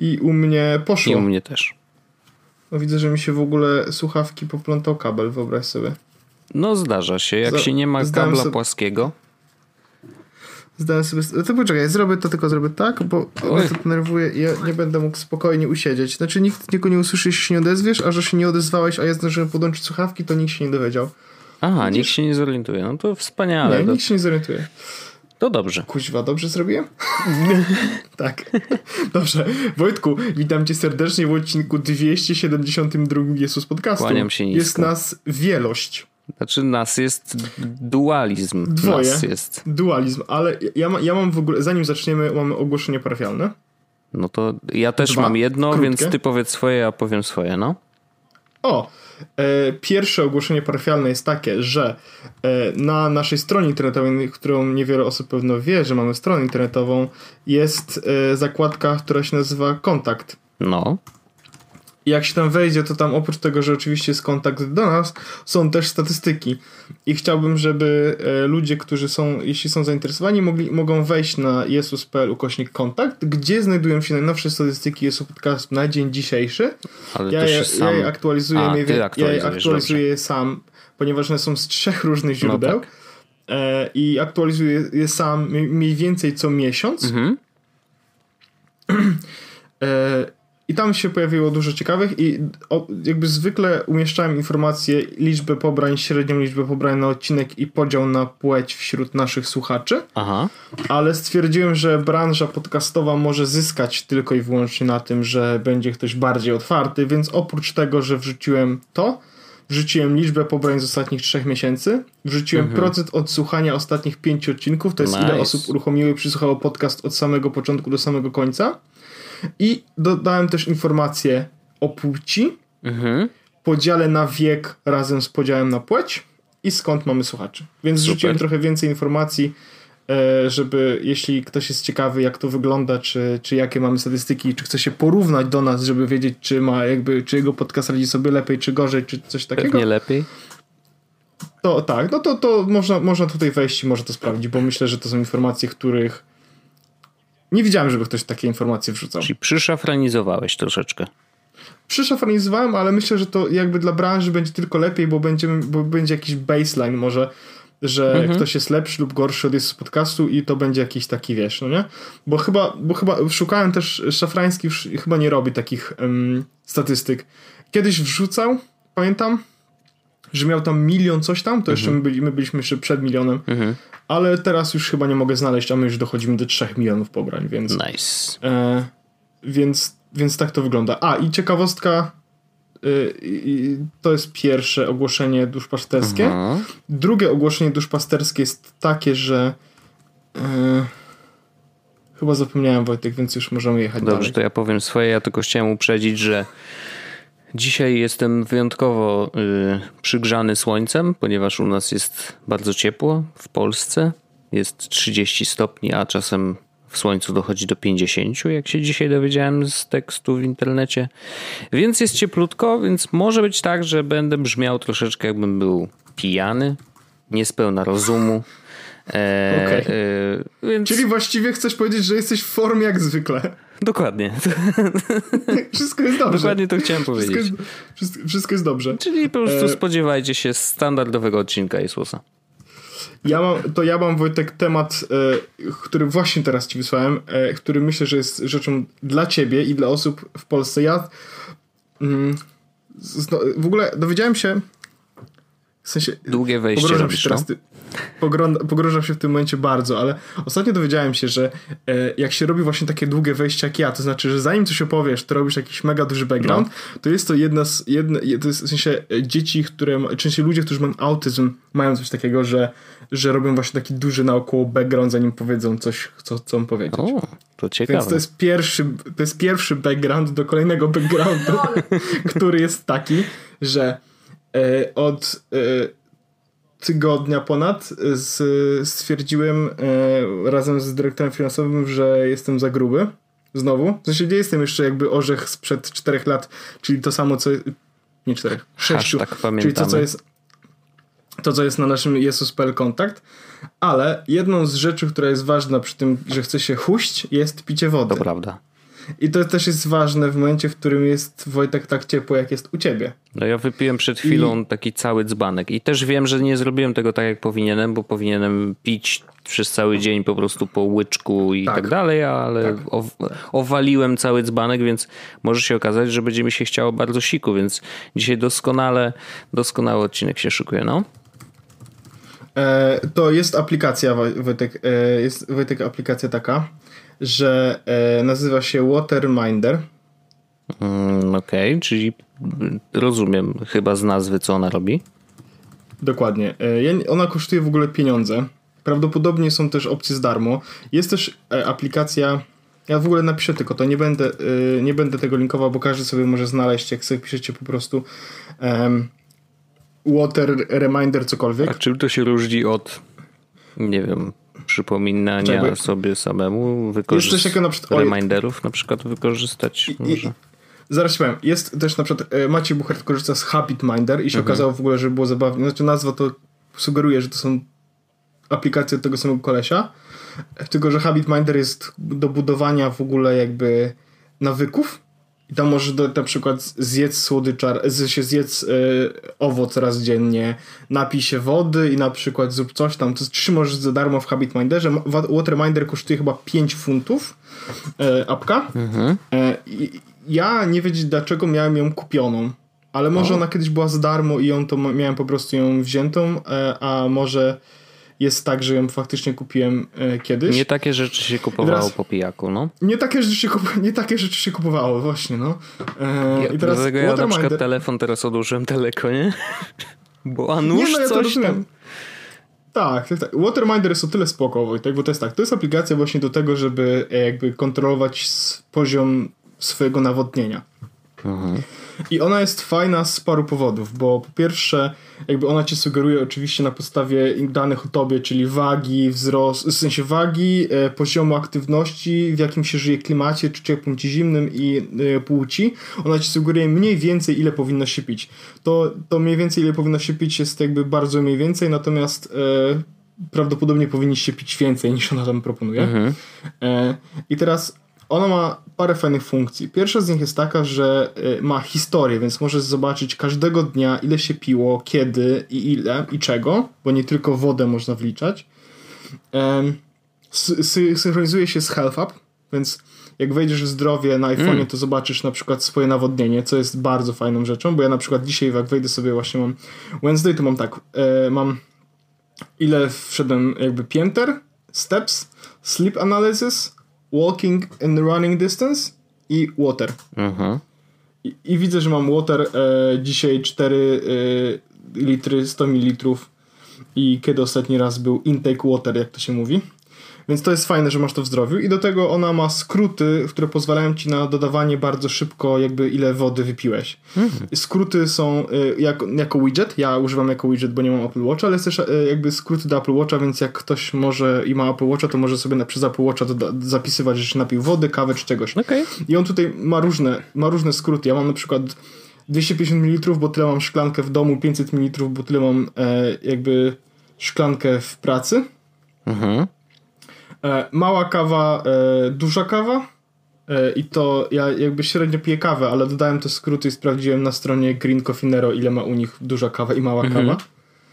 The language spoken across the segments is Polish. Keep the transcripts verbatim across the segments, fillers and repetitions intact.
I u mnie poszło. I u mnie też. No, widzę, że mi się w ogóle słuchawki poplątał kabel, wyobraź sobie. No zdarza się, jak Za, się nie ma kabla sobie, płaskiego. Zdałem sobie... To poczekaj, zrobię to, tylko zrobię tak, bo mnie to denerwuje i ja nie będę mógł spokojnie usiedzieć. Znaczy nikt nikogo nie usłyszy, jeśli się nie odezwiesz, a że się nie odezwałeś, a ja zdążyłem podłączyć słuchawki, to nikt się nie dowiedział. Aha, Widzisz? Nikt się nie zorientuje. No to wspaniale. Nie, to... nikt się nie zorientuje. To dobrze. Kuźwa, dobrze zrobiłem? Tak. Dobrze. Wojtku, witam cię serdecznie w odcinku dwieście siedemdziesiątym drugim Jesus Podcastu. Kłaniam się nisko. Jest nas wielość. Znaczy nas jest dualizm. Dwoje. Nas jest. Dualizm, ale ja, ma, ja mam w ogóle, zanim zaczniemy, mamy ogłoszenie parafialne. No to ja też Dwa, mam jedno, krótkie. Więc ty powiedz swoje, ja powiem swoje, no. O, e, pierwsze ogłoszenie parafialne jest takie, że e, na naszej stronie internetowej, którą niewiele osób pewno wie, że mamy stronę internetową, jest e, zakładka, która się nazywa Kontakt. No. I jak się tam wejdzie, to tam oprócz tego, że oczywiście jest kontakt do nas, są też statystyki. I chciałbym, żeby e, ludzie, którzy są, jeśli są zainteresowani, mogli, mogą wejść na jesus kropka p l ukośnik kontakt, gdzie znajdują się najnowsze statystyki Jesus Podcast na dzień dzisiejszy. Ale ja, to się je, sam... ja je aktualizuję, A, mniej, ty ja je aktualizuję je sam, ponieważ one są z trzech różnych źródeł. No tak. e, I aktualizuję je sam mniej więcej co miesiąc. Mhm. e, I tam się pojawiło dużo ciekawych i o, jakby zwykle umieszczałem informacje, liczbę pobrań, średnią liczbę pobrań na odcinek i podział na płeć wśród naszych słuchaczy. Aha. Ale stwierdziłem, że branża podcastowa może zyskać tylko i wyłącznie na tym, że będzie ktoś bardziej otwarty, więc oprócz tego, że wrzuciłem to, wrzuciłem liczbę pobrań z ostatnich trzech miesięcy, wrzuciłem mhm. procent odsłuchania ostatnich pięciu odcinków, to jest nice. Ile osób uruchomiło i przysłuchało podcast od samego początku do samego końca. I dodałem też informacje o płci, mhm. podziale na wiek razem z podziałem na płeć i skąd mamy słuchaczy. Więc Super. Rzuciłem trochę więcej informacji, żeby jeśli ktoś jest ciekawy, jak to wygląda, czy, czy jakie mamy statystyki, czy chce się porównać do nas, żeby wiedzieć, czy ma jakby, czy jego podcast radzi sobie lepiej, czy gorzej, czy coś takiego. Pewnie lepiej. To tak, no to, to można, można tutaj wejść i może to sprawdzić, bo myślę, że to są informacje, których nie widziałem, żeby ktoś takie informacje wrzucał. Czyli przyszafranizowałeś troszeczkę. Przyszafranizowałem, ale myślę, że to jakby dla branży będzie tylko lepiej, bo, będziemy, bo będzie jakiś baseline może, że mhm. ktoś jest lepszy lub gorszy od Jesus Podcastu i to będzie jakiś taki, wiesz, no nie? Bo chyba, bo chyba szukałem też, Szafrański chyba nie robi takich um, statystyk. Kiedyś wrzucał, pamiętam, że miał tam milion coś tam, to mhm. jeszcze my, byli, my byliśmy jeszcze przed milionem, mhm. ale teraz już chyba nie mogę znaleźć, a my już dochodzimy do trzech milionów pobrań, więc nice. E, więc, więc tak to wygląda. A, i ciekawostka, y, y, to jest pierwsze ogłoszenie duszpasterskie. Uh-huh. Drugie ogłoszenie duszpasterskie jest takie, że y, chyba zapomniałem, Wojtek, więc już możemy jechać Dobrze, dalej. to ja powiem swoje. Ja tylko chciałem uprzedzić, że dzisiaj jestem wyjątkowo y, przygrzany słońcem, ponieważ u nas jest bardzo ciepło w Polsce. Jest trzydzieści stopni, a czasem w słońcu dochodzi do pięćdziesiąt, jak się dzisiaj dowiedziałem z tekstu w internecie. Więc jest cieplutko, więc może być tak, że będę brzmiał troszeczkę jakbym był pijany, niespełna rozumu. E, okay. e, więc... Czyli właściwie chcesz powiedzieć, że jesteś w formie jak zwykle. Dokładnie. Wszystko jest dobrze. Dokładnie to chciałem powiedzieć. Wszystko jest, wszystko, wszystko jest dobrze. Czyli po prostu e... spodziewajcie się standardowego odcinka Jezusa. Ja mam, to ja mam, Wojtek, temat, e, który właśnie teraz ci wysłałem, e, który myślę, że jest rzeczą dla ciebie i dla osób w Polsce. Ja mm, z, no, w ogóle dowiedziałem się, w sensie długie wejście robisz, teraz, ty, pogrążam się w tym momencie bardzo, ale ostatnio dowiedziałem się, że e, jak się robi właśnie takie długie wejście jak ja, to znaczy, że zanim coś opowiesz, to robisz jakiś mega duży background, no. to jest to jedna z, jedna, to jest w sensie dzieci, które, czy się ludzie, którzy mają autyzm, mają coś takiego, że, że robią właśnie taki duży naokoło background, zanim powiedzą coś, co chcą powiedzieć. O, to ciekawe. Więc to jest pierwszy, to jest pierwszy background do kolejnego backgroundu, który jest taki, że e, od e, tygodnia ponad z, stwierdziłem e, razem z dyrektorem finansowym, że jestem za gruby. Znowu. W sensie nie jestem jeszcze jakby orzech sprzed czterech lat, czyli to samo co... Nie czterech, sześciu. Tak czyli to co jest to co jest na naszym Jesus kropka p l kontakt. Ale jedną z rzeczy, która jest ważna przy tym, że chce się huść, jest picie wody. To prawda. I to też jest ważne w momencie, w którym jest, Wojtek, tak ciepło, jak jest u ciebie. No ja wypiłem przed chwilą I... taki cały dzbanek i też wiem, że nie zrobiłem tego tak, jak powinienem, bo powinienem pić przez cały dzień po prostu po łyczku i tak, tak dalej, ale tak. O, owaliłem cały dzbanek, więc może się okazać, że będzie mi się chciało bardzo siku, więc dzisiaj doskonale, doskonały odcinek się szykuje, no. E, to jest aplikacja, Wojtek, e, jest Wojtek aplikacja taka, że e, nazywa się Waterminder. Mm, Okej, okay, czyli rozumiem chyba z nazwy, co ona robi. Dokładnie. E, ona kosztuje w ogóle pieniądze. Prawdopodobnie są też opcje z darmo. Jest też e, aplikacja, ja w ogóle napiszę tylko to, nie będę, e, nie będę tego linkował, bo każdy sobie może znaleźć, jak sobie piszecie po prostu um, Water Reminder cokolwiek. A czym to się różni od, nie wiem, przypominania Czego? sobie samemu, wykorzystać na przykład, reminderów na przykład wykorzystać? I, może? I, zaraz ci powiem. Jest też na przykład e, Maciej Buchert korzysta z Habitminder i się mhm. okazało w ogóle, że było zabawnie. Znaczy nazwa to sugeruje, że to są aplikacje od tego samego kolesia, tylko że Habitminder jest do budowania w ogóle jakby nawyków i tam możesz do, na przykład zjedz słodyczar, się zjedz y, owoc raz dziennie, napij się wody i na przykład zrób coś tam, to trzy możesz za darmo w Habitminderze. Waterminder kosztuje chyba pięć funtów y, apka. Mhm. Y, i ja nie wiedzieć dlaczego miałem ją kupioną, ale może o. ona kiedyś była za darmo i ją to miałem po prostu ją wziętą, y, a może jest tak, że ją faktycznie kupiłem e, kiedyś. Nie takie rzeczy się kupowało teraz, po pijaku, no. Nie takie rzeczy się, kup- nie takie rzeczy się kupowało, właśnie, no. E, ja, i teraz dlatego ja na przykład telefon teraz odłożyłem daleko, nie? Bo a nóż nie, no ja coś tam... Tak, tak, tak. Waterminder jest o tyle spoko, Wojtek, bo to jest tak, to jest aplikacja właśnie do tego, żeby jakby kontrolować poziom swojego nawodnienia. Mhm. I ona jest fajna z paru powodów, bo po pierwsze jakby ona ci sugeruje oczywiście na podstawie danych o tobie, czyli wagi, wzrost, w sensie wagi, e, poziomu aktywności, w jakim się żyje klimacie, czy ciepłym, czy zimnym i e, płci. Ona ci sugeruje mniej więcej ile powinno się pić. To, to mniej więcej ile powinno się pić jest jakby bardzo mniej więcej, natomiast e, prawdopodobnie powinniście pić więcej niż ona tam proponuje. Mhm. E, I teraz ona ma parę fajnych funkcji. Pierwsza z nich jest taka, że y, ma historię, więc możesz zobaczyć każdego dnia, ile się piło, kiedy i ile i czego, bo nie tylko wodę można wliczać. Um, sy- synchronizuje się z Health App, więc jak wejdziesz w zdrowie na iPhone'ie, mm. to zobaczysz na przykład swoje nawodnienie, co jest bardzo fajną rzeczą, bo ja na przykład dzisiaj jak wejdę sobie właśnie mam Wednesday, to mam tak, e, mam ile wszedłem jakby pięter, steps, sleep analysis, walking and running distance i water. Mhm. I, I widzę, że mam water e, dzisiaj cztery e, litry, sto mililitrów i kiedy ostatni raz był intake water, jak to się mówi. Więc to jest fajne, że masz to w zdrowiu i do tego ona ma skróty, które pozwalają ci na dodawanie bardzo szybko jakby ile wody wypiłeś. Mhm. Skróty są y, jako, jako widget, ja używam jako widget, bo nie mam Apple Watcha, ale jest też y, jakby skróty do Apple Watcha, więc jak ktoś może i ma Apple Watcha, to może sobie na, przez Apple Watcha doda- zapisywać, że się napił wody, kawy czy czegoś. Okay. I on tutaj ma różne, ma różne skróty. Ja mam na przykład dwieście pięćdziesiąt mililitrów, bo tyle mam szklankę w domu, pięćset mililitrów, bo tyle mam e, jakby szklankę w pracy. Mhm. E, mała kawa, e, duża kawa e, i to ja jakby średnio piję kawę, ale dodałem te skróty i sprawdziłem na stronie Green Coffee Nero, ile ma u nich duża kawa i mała mhm. kawa.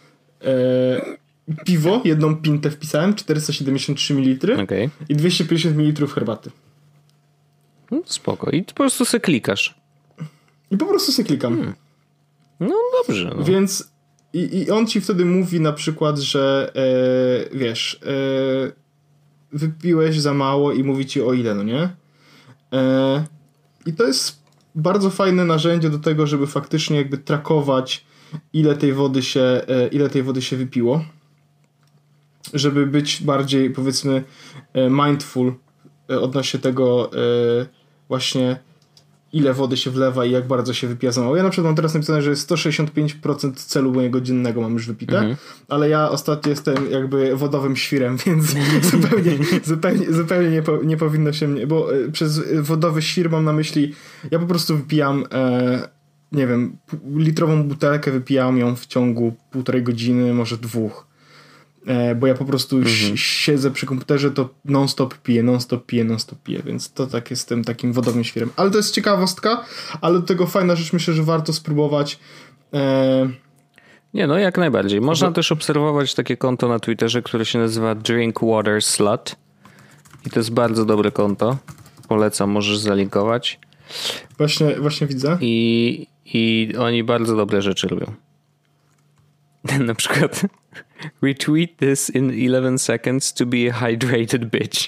E, piwo, jedną pintę wpisałem, czterysta siedemdziesiąt trzy mililitry okay. i dwieście pięćdziesiąt mililitrów herbaty. No, spoko. I po prostu se klikasz. I po prostu se klikam. Hmm. No dobrze. No. Więc i, i on ci wtedy mówi na przykład, że e, wiesz... E, wypiłeś za mało i mówi ci o ile, no nie? E, I to jest bardzo fajne narzędzie do tego, żeby faktycznie jakby trakować ile tej wody się, e, ile tej wody się wypiło. Żeby być bardziej, powiedzmy, e, mindful e, odnośnie tego e, właśnie ile wody się wlewa i jak bardzo się wypija za mało. Ja na przykład mam teraz napisane, że sto sześćdziesiąt pięć procent celu mojego dziennego mam już wypite, mhm. ale ja ostatnio jestem jakby wodowym świrem, więc zupełnie, zupełnie, zupełnie nie, po, nie powinno się mnie, bo przez wodowy świr mam na myśli, ja po prostu wypijam e, nie wiem, litrową butelkę, wypijam ją w ciągu półtorej godziny, może dwóch. e, bo ja po prostu mhm. siedzę przy komputerze, to non-stop piję, non-stop piję, non-stop piję, więc to tak jest tym takim wodowym świerem. Ale to jest ciekawostka, ale do tego fajna rzecz, myślę, że warto spróbować. E... Nie, no jak najbardziej. Można bo... też obserwować takie konto na Twitterze, które się nazywa Drinkwater Slut i to jest bardzo dobre konto. Polecam, możesz zalinkować. Właśnie, właśnie widzę. I, I oni bardzo dobre rzeczy robią. Na przykład retweet this in eleven seconds to be a hydrated bitch.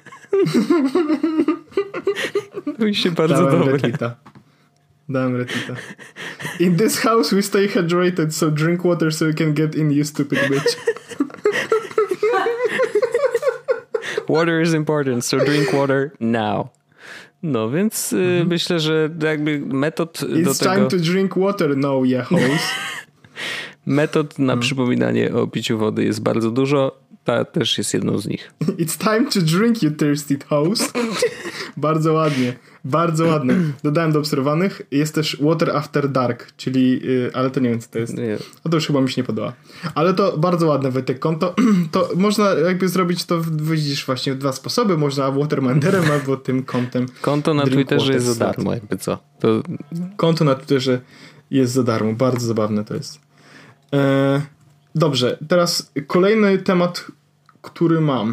To mi się bardzo Dałem dobre. Retweeta. Dałem retweeta. In this house we stay hydrated, so drink water so you can get in, you stupid bitch. Water is important, so drink water now. No więc mm-hmm. y, myślę, że jakby metod It's do tego... time to drink water now, yeah, hoes. Metod na hmm. przypominanie o piciu wody jest bardzo dużo. Ta też jest jedną z nich. It's time to drink, you thirsty host. Bardzo ładnie. Bardzo ładne. Dodałem do obserwowanych. Jest też Water After Dark, czyli... Yy, ale to nie wiem, co to jest. Nie. No to już chyba mi się nie podoba. Ale to bardzo ładne, Wojtek, konto. To można jakby zrobić to, widzisz, właśnie w dwa sposoby. Można Watermanderem albo tym kontem. Konto na Twitterze jest za darmo, jakby co. To... Konto na Twitterze jest za darmo. Bardzo zabawne to jest. E, dobrze, teraz kolejny temat, który mam.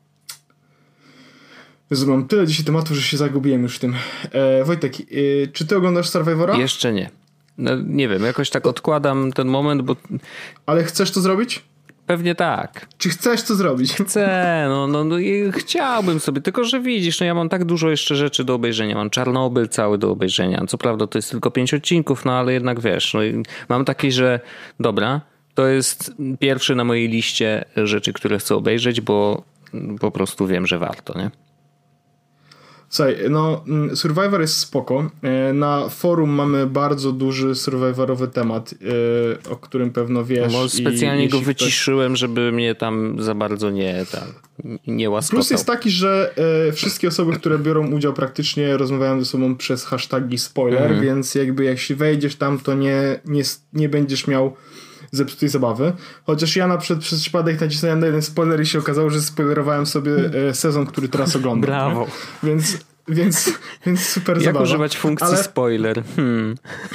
Jezu, mam tyle dzisiaj tematów, że się zagubiłem już w tym. E, Wojtek, e, czy ty oglądasz Survivora? Jeszcze nie. No, nie wiem, jakoś tak odkładam ten moment, bo... Ale chcesz to zrobić? Pewnie tak. Czy chcesz to zrobić? Chcę, no, no, no i chciałbym sobie, tylko że widzisz, no ja mam tak dużo jeszcze rzeczy do obejrzenia. Mam Czarnobyl cały do obejrzenia. Co prawda to jest tylko pięć odcinków, no ale jednak wiesz, no i mam taki, że dobra, to jest pierwszy na mojej liście rzeczy, które chcę obejrzeć, bo po prostu wiem, że warto, nie? Słuchaj, no Survivor jest spoko. Na forum mamy bardzo duży survivorowy temat, o którym pewno wiesz. No, specjalnie i go wyciszyłem, ktoś... żeby mnie tam za bardzo nie, tam, nie łaskotał. Plus jest taki, że e, wszystkie osoby, które biorą udział praktycznie rozmawiają ze sobą przez hashtagi spoiler, mhm. więc jakby jak się wejdziesz tam, to nie, nie, nie będziesz miał zepsutej zabawy. Chociaż ja na przykład przez przypadek nacisnąłem na jeden spoiler i się okazało, że spoilerowałem sobie e, sezon, który teraz oglądam. Brawo. Nie? Więc, więc, więc super Jak zabawa. Jak używać funkcji ale... spoiler? Hmm.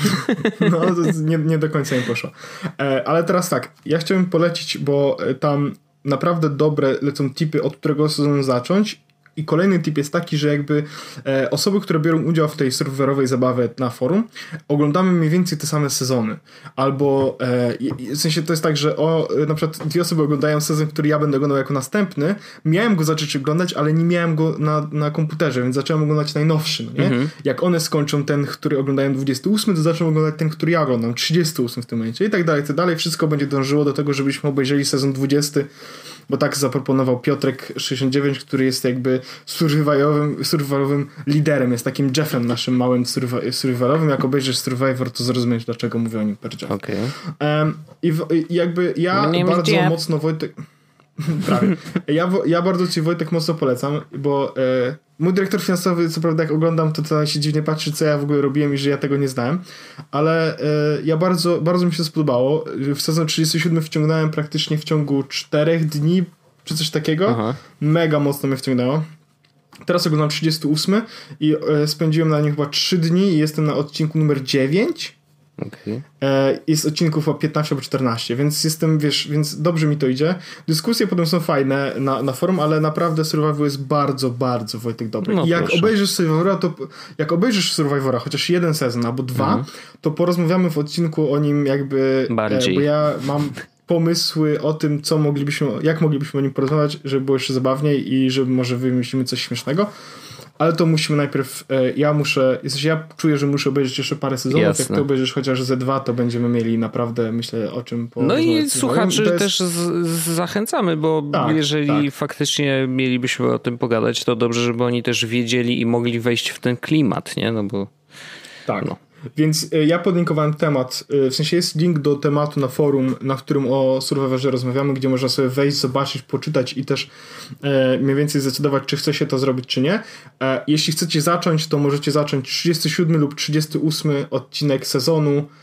No to nie, nie do końca mi poszło. E, ale teraz tak, ja chciałbym polecić, bo tam naprawdę dobre lecą tipy, od którego sezonu zacząć. I kolejny tip jest taki, że jakby e, osoby, które biorą udział w tej serwerowej zabawie na forum, oglądamy mniej więcej te same sezony. Albo e, w sensie to jest tak, że o, na przykład dwie osoby oglądają sezon, który ja będę oglądał jako następny. Miałem go zacząć oglądać, ale nie miałem go na, na komputerze, więc zacząłem oglądać najnowszy. No nie? Mhm. Jak one skończą ten, który oglądają dwudziesty ósmy, to zaczną oglądać ten, który ja oglądam, trzydziesty ósmy w tym momencie i tak dalej, i tak dalej. Wszystko będzie dążyło do tego, żebyśmy obejrzeli sezon dwudziesty, bo tak zaproponował Piotrek sześćdziesiąt dziewięć, który jest jakby survivalowym, survivalowym liderem, jest takim Jeffem naszym małym survivalowym. Jak obejrzysz Survivor, to zrozumiesz, dlaczego mówię o nim per Jeff. Okay. Um, i, w, I jakby ja bardzo Jeff. mocno Wojtek... Prawie. Ja, ja bardzo ci Wojtek mocno polecam, bo e, mój dyrektor finansowy, co prawda jak oglądam, to to się dziwnie patrzy, co ja w ogóle robiłem i że ja tego nie znałem, ale e, ja bardzo, bardzo mi się spodobało. W sezon trzydziesty siódmy wciągnąłem praktycznie w ciągu czterech dni, czy coś takiego. Aha. Mega mocno mnie wciągnęło. Teraz oglądam trzydziesty ósmy i e, spędziłem na nim chyba trzy dni i jestem na odcinku numer dziewięć. Okay. E, jest odcinków o piętnaście albo czternaście, więc jestem, wiesz, więc dobrze mi to idzie. Dyskusje potem są fajne na, na forum, ale naprawdę Survivor jest bardzo, bardzo, Wojtek, dobry. No, I jak proszę. obejrzysz Survivora, to jak obejrzysz Survivora, chociaż jeden sezon albo dwa, mhm. to porozmawiamy w odcinku o nim jakby, bardziej. E, bo ja mam pomysły o tym, co moglibyśmy, jak moglibyśmy o nim porozmawiać, żeby było jeszcze zabawniej i żeby może wymyślimy coś śmiesznego. Ale to musimy najpierw, e, ja muszę, w sensie ja czuję, że muszę obejrzeć jeszcze parę sezonów. Jasne. Jak ty obejrzysz chociaż ze dwa, to będziemy mieli naprawdę, myślę, o czym No i słuchaczy jest... też z, z zachęcamy, bo tak, jeżeli tak. faktycznie mielibyśmy o tym pogadać, to dobrze, żeby oni też wiedzieli i mogli wejść w ten klimat, nie? No bo... Tak. No. Więc ja podlinkowałem temat, w sensie jest link do tematu na forum, na którym o Survivorze rozmawiamy, gdzie można sobie wejść, zobaczyć, poczytać i też e, mniej więcej zdecydować, czy chce się to zrobić, czy nie. E, jeśli chcecie zacząć, to możecie zacząć trzydziesty siódmy lub trzydziesty ósmy odcinek sezonu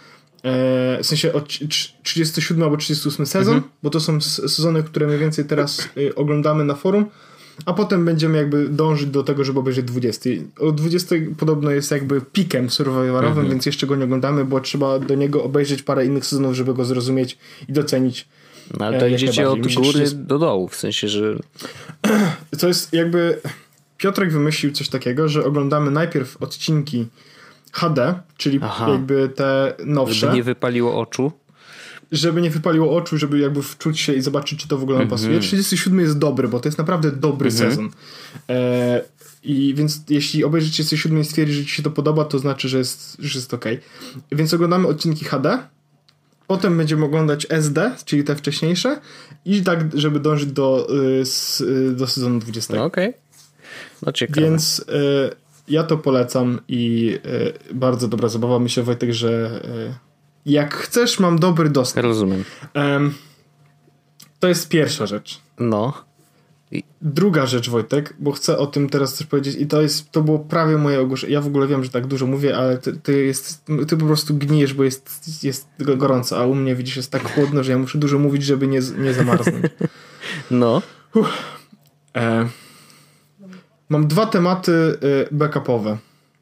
E, w sensie od trzydziesty siódmy albo trzydziesty ósmy sezon, mhm. bo to są sezony, które mniej więcej teraz y, oglądamy na forum, a potem będziemy jakby dążyć do tego, żeby obejrzeć dwudziesty. O dwudziesty podobno jest jakby pikiem survivalowym, mhm. więc jeszcze go nie oglądamy, bo trzeba do niego obejrzeć parę innych sezonów, żeby go zrozumieć i docenić. No ale to idziecie od góry trzydzieści do dołu, w sensie, że... To jest jakby... Piotrek wymyślił coś takiego, że oglądamy najpierw odcinki H D, czyli Aha. jakby te nowsze. Żeby nie wypaliło oczu. Żeby nie wypaliło oczu, żeby jakby wczuć się i zobaczyć, czy to w ogóle nam mm-hmm. pasuje. trzydziesty siódmy jest dobry, bo to jest naprawdę dobry mm-hmm. sezon. E, I więc jeśli obejrzycie trzydziesty siódmy i stwierdzi, że ci się to podoba, to znaczy, że jest, że jest okej. Okay. Więc oglądamy odcinki H D, potem będziemy oglądać S D, czyli te wcześniejsze i tak, żeby dążyć do, do sezonu dwudziestego. Okej. Okay. No ciekawe. Więc y, ja to polecam i y, bardzo dobra zabawa. Myślę, Wojtek, że y, jak chcesz, mam dobry dostęp. Rozumiem. Um, to jest pierwsza rzecz. No. I... Druga rzecz, Wojtek, bo chcę o tym teraz coś powiedzieć i to jest, to było prawie moje ogłoszenie. Ja w ogóle wiem, że tak dużo mówię, ale ty, ty, jest, ty po prostu gnijesz, bo jest, jest gorąco, a u mnie, widzisz, jest tak chłodno, że ja muszę dużo mówić, żeby nie, nie zamarznąć. No. Uff. E... Mam dwa tematy y, backupowe.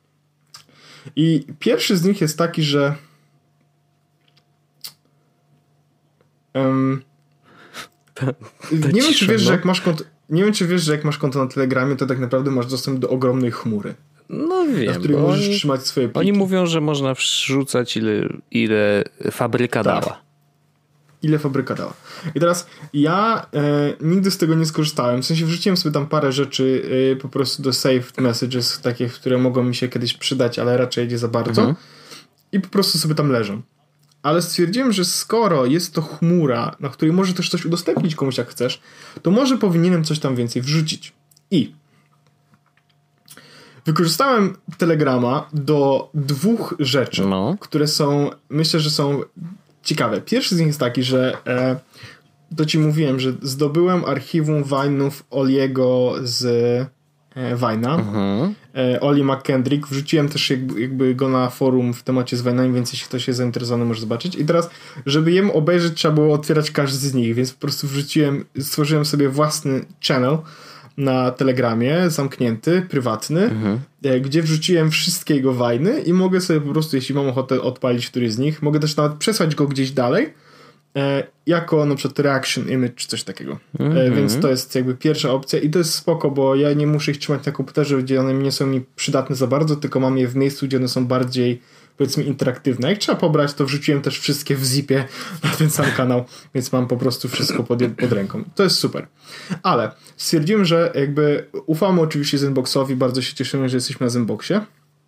I pierwszy z nich jest taki, że um, to, to nie wiem, czy wiesz, no? że jak masz konto, nie wiem, czy wiesz, że jak masz konto na Telegramie, to tak naprawdę masz dostęp do ogromnej chmury. No wiem. Na której możesz oni, trzymać swoje pliki. Oni mówią, że można wrzucać ile, ile fabryka tak. dała. Ile fabryka dała. I teraz ja e, nigdy z tego nie skorzystałem. W sensie wrzuciłem sobie tam parę rzeczy e, po prostu do saved messages, takie, które mogą mi się kiedyś przydać, ale raczej nie za bardzo. Mhm. I po prostu sobie tam leżą. Ale stwierdziłem, że skoro jest to chmura, na której może też coś udostępnić komuś jak chcesz, to może powinienem coś tam więcej wrzucić. I wykorzystałem Telegrama do dwóch rzeczy, no. które są, myślę, że są ciekawe. Pierwszy z nich jest taki, że e, to ci mówiłem, że zdobyłem archiwum Vine'ów Oliego z e, Vine'a. Mhm. E, Oli McKendrick. Wrzuciłem też jakby, jakby go na forum w temacie z Vine'ami, więc jeśli ktoś jest zainteresowany, może zobaczyć. I teraz, żeby jem obejrzeć, trzeba było otwierać każdy z nich, więc po prostu wrzuciłem, stworzyłem sobie własny channel na Telegramie, zamknięty, prywatny, mhm. gdzie wrzuciłem wszystkie jego wajny i mogę sobie po prostu, jeśli mam ochotę odpalić któryś z nich, mogę też nawet przesłać go gdzieś dalej e, jako na przykład reaction image czy coś takiego. Mhm. E, więc to jest jakby pierwsza opcja i to jest spoko, bo ja nie muszę ich trzymać na komputerze, gdzie one nie są mi przydatne za bardzo, tylko mam je w miejscu, gdzie one są bardziej, powiedzmy, interaktywne. Jak trzeba pobrać, to wrzuciłem też wszystkie w zipie na ten sam kanał, więc mam po prostu wszystko pod, pod ręką. To jest super. Ale stwierdziłem, że jakby ufamy oczywiście Zenboxowi, bardzo się cieszymy, że jesteśmy na Zenboxie,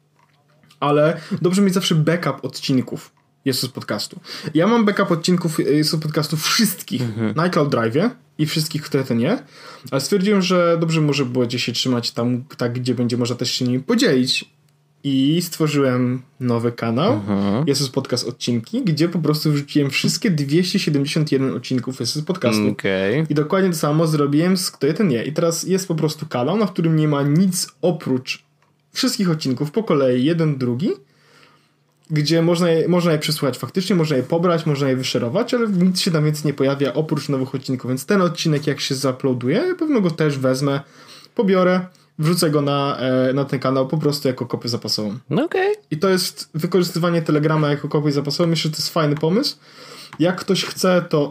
ale dobrze mieć zawsze backup odcinków Jesus Podcastu. Ja mam backup odcinków Jesus Podcastu wszystkich mhm. na iCloud Drive'ie i wszystkich, które to nie, ale stwierdziłem, że dobrze może było gdzieś się trzymać tam, tak, gdzie będzie można też się nimi podzielić. I stworzyłem nowy kanał, uh-huh. Jesus Podcast Odcinki, gdzie po prostu wrzuciłem wszystkie dwieście siedemdziesiąt jeden odcinków Jesus Podcastu. Okay. I dokładnie to samo zrobiłem z Kto je ten nie. I teraz jest po prostu kanał, na którym nie ma nic oprócz wszystkich odcinków po kolei, jeden, drugi, gdzie można je, można je przesłuchać faktycznie, można je pobrać, można je wyszerować, ale nic się tam więcej nie pojawia oprócz nowych odcinków. Więc ten odcinek, jak się zauploaduje, pewno go też wezmę, pobiorę, wrzucę go na, na ten kanał po prostu jako kopię zapasową. No okej. Okay. I to jest wykorzystywanie Telegrama jako kopię zapasową. Myślę, że to jest fajny pomysł. Jak ktoś chce, to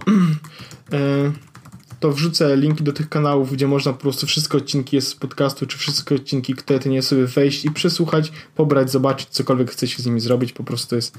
to wrzucę linki do tych kanałów, gdzie można po prostu wszystkie odcinki z podcastu, czy wszystkie odcinki, które ty nie sobie wejść i przesłuchać, pobrać, zobaczyć, cokolwiek chcecie z nimi zrobić. Po prostu jest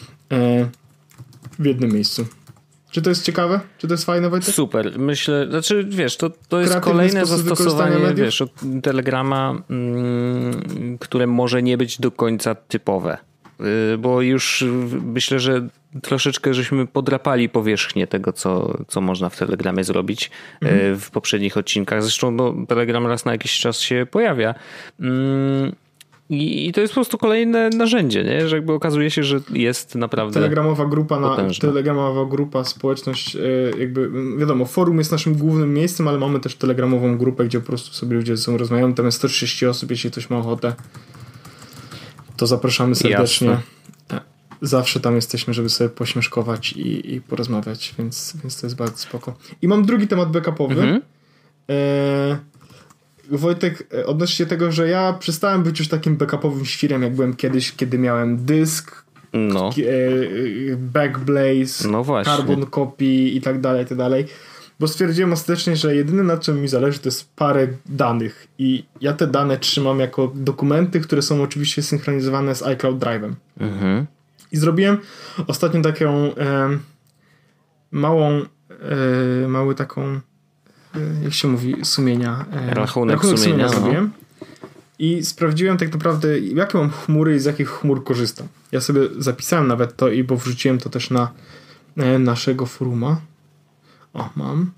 w jednym miejscu. Czy to jest ciekawe? Czy to jest fajne, Wojtek? Super. Myślę, znaczy wiesz, to, to jest kolejne zastosowanie, wiesz, od Telegrama, mm, które może nie być do końca typowe. Yy, bo już myślę, że troszeczkę żeśmy podrapali powierzchnię tego, co, co można w Telegramie zrobić mhm. yy, w poprzednich odcinkach. Zresztą no, Telegram raz na jakiś czas się pojawia. Yy. I, I to jest po prostu kolejne narzędzie, nie? Że jakby okazuje się, że jest naprawdę Telegramowa grupa, na, potężna. telegramowa grupa, społeczność, jakby wiadomo, forum jest naszym głównym miejscem, ale mamy też telegramową grupę, gdzie po prostu sobie ludzie ze sobą rozmawiają. Tam jest sto trzydzieści osób, jeśli ktoś ma ochotę, to zapraszamy serdecznie. Jasne. zawsze tam jesteśmy, żeby sobie pośmieszkować i, i porozmawiać, więc, więc to jest bardzo spoko. I mam drugi temat backupowy. Mhm. E, Wojtek, odnośnie tego, że ja przestałem być już takim backupowym świrem, jak byłem kiedyś, kiedy miałem dysk, no. Backblaze, no Carbon Copy i tak dalej, i tak dalej. Bo stwierdziłem ostatecznie, że jedyne na czym mi zależy to jest parę danych i ja te dane trzymam jako dokumenty, które są oczywiście synchronizowane z iCloud Drive'em. Mhm. I zrobiłem ostatnio taką e, małą e, mały taką e, jak się mówi, sumienia. E, rachunek, rachunek sumienia, sumienia zrobiłem. No. I sprawdziłem tak naprawdę, jakie mam chmury i z jakich chmur korzystam. Ja sobie zapisałem nawet to, i bo wrzuciłem to też na e, naszego foruma. O, mam.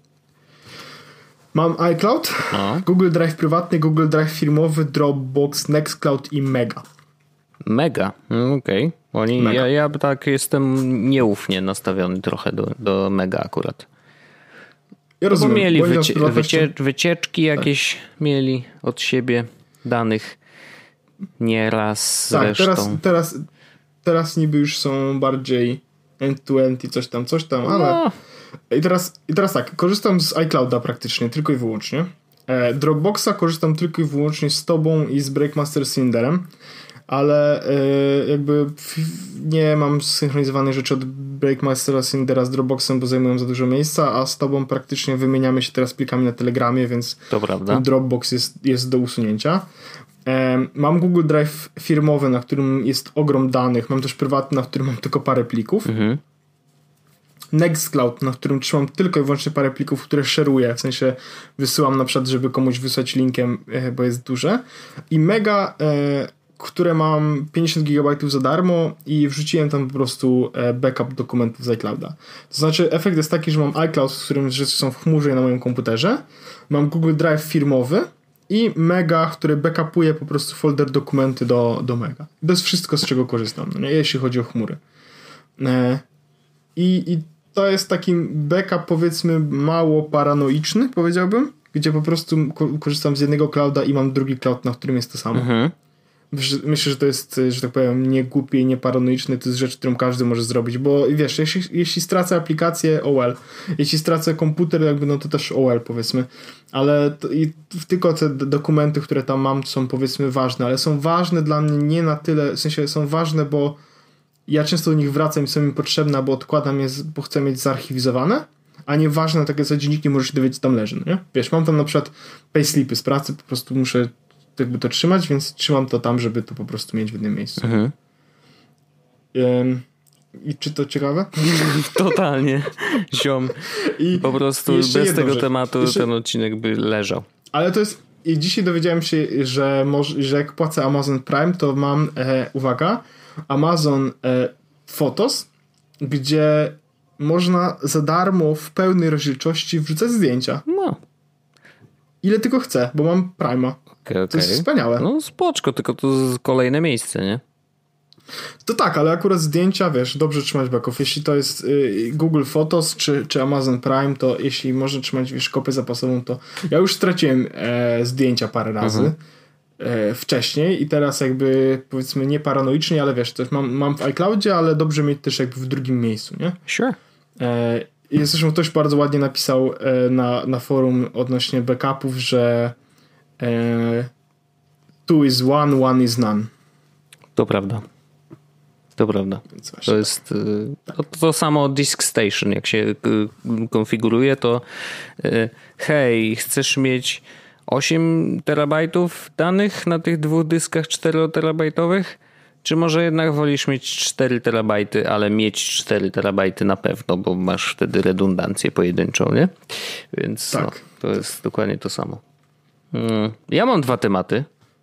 Mam iCloud, no. Google Drive prywatny, Google Drive firmowy, Dropbox, Nextcloud i Mega. Mega, okej. Okay. Ja, ja tak jestem nieufnie nastawiony trochę do, do Mega akurat. Ja rozumiem. Bo mieli wycie, wycie, wycieczki jakieś tak. mieli od siebie danych nieraz tak, zresztą. Teraz, teraz, teraz niby już są bardziej end-to-end i coś tam, coś tam, ale... No. I teraz, I teraz tak, korzystam z iClouda praktycznie, tylko i wyłącznie. E, Dropboxa korzystam tylko i wyłącznie z tobą i z Breakmaster Cinderem, ale e, jakby nie mam synchronizowanej rzeczy od Breakmastera Cindera z Dropboxem, bo zajmują za dużo miejsca, a z tobą praktycznie wymieniamy się teraz plikami na Telegramie, więc to prawda. Dropbox jest, jest do usunięcia. E, mam Google Drive firmowy, na którym jest ogrom danych, mam też prywatny, na którym mam tylko parę plików. Mhm. Nextcloud, na którym trzymam tylko i wyłącznie parę plików, które szeruję, w sensie wysyłam na przykład, żeby komuś wysłać linkiem, bo jest duże. I Mega, e, które mam pięćdziesiąt gigabajtów za darmo i wrzuciłem tam po prostu backup dokumentów z iClouda. To znaczy efekt jest taki, że mam iCloud, w którym rzeczy są w chmurze i na moim komputerze. Mam Google Drive firmowy i Mega, który backupuje po prostu folder dokumenty do, do Mega. To jest wszystko, z czego korzystam, no nie? Jeśli chodzi o chmury. E, i, I to jest taki backup, powiedzmy, mało paranoiczny, powiedziałbym, gdzie po prostu korzystam z jednego clouda i mam drugi cloud, na którym jest to samo. Mhm. Myślę, że to jest, że tak powiem, nie głupie i nie paranoiczne, to jest rzecz, którą każdy może zrobić, bo wiesz, jeśli, jeśli stracę aplikację, oh well. Jeśli stracę komputer, jakby, no to też oh well, powiedzmy. Ale to, i tylko te dokumenty, które tam mam, są, powiedzmy, ważne, ale są ważne dla mnie nie na tyle, w sensie są ważne, bo ja często do nich wracam i są mi potrzebne, bo odkładam je, bo chcę mieć zarchiwizowane, a nie ważne, takie co dziennik nie możesz się dowiedzieć, co tam leży, nie? Wiesz, mam tam na przykład payslipy z pracy, po prostu muszę jakby to trzymać, więc trzymam to tam, żeby to po prostu mieć w jednym miejscu. Mhm. Um, I czy to ciekawe? Totalnie. Ziom. I po prostu bez tego rzecz. tematu jeszcze... ten odcinek by leżał. Ale to jest... I dzisiaj dowiedziałem się, że, może, że jak płacę Amazon Prime, to mam, e, uwaga, Amazon e, Photos, gdzie można za darmo w pełnej rozdzielczości wrzucać zdjęcia. No. Ile tylko chcę, bo mam Prime'a. Okay, okay. To jest wspaniałe. No spoczko, tylko to kolejne miejsce, nie? To tak, ale akurat zdjęcia, wiesz, dobrze trzymać backup. Jeśli to jest y, Google Photos czy, czy Amazon Prime, to jeśli można trzymać, wiesz, kopię zapasową, to ja już straciłem e, zdjęcia parę razy mhm. e, wcześniej i teraz jakby, powiedzmy, nie paranoicznie, ale wiesz, też mam, mam w iCloudzie, ale dobrze mieć też jakby w drugim miejscu, nie? Sure. E, I zresztą ktoś bardzo ładnie napisał e, na, na forum odnośnie backupów, że e, two is one, one is none. To prawda. To prawda. To jest tak. to, to samo Disk Station. Jak się konfiguruje, to hej, chcesz mieć osiem terabajtów danych na tych dwóch dyskach czteroterabajtowych? Czy może jednak wolisz mieć cztery terabajty, ale mieć cztery terabajty na pewno, bo masz wtedy redundancję pojedynczą, nie? Więc tak. no, to jest dokładnie to samo. Ja mam dwa tematy.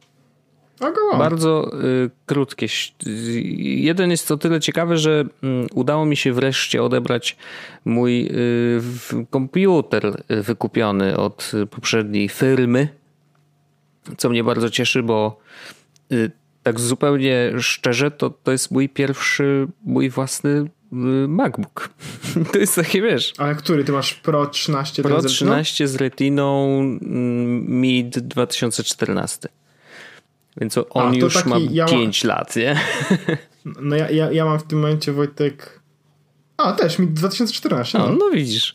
Bardzo y, krótkie. Jeden jest o tyle ciekawy, że y, udało mi się wreszcie odebrać mój y, komputer wykupiony od poprzedniej firmy, co mnie bardzo cieszy, bo y, tak zupełnie szczerze, to, to jest mój pierwszy, mój własny y, MacBook. To jest takie, wiesz... Ale który? Ty masz Pro trzynaście? Pro trzynaście z Retiną Mid dwa tysiące czternasty. Więc on A, już taki, ma ja pięć ma... lat, nie? No ja, ja, ja mam w tym momencie, Wojtek... A, też, mi dwa tysiące czternaście. No, no widzisz.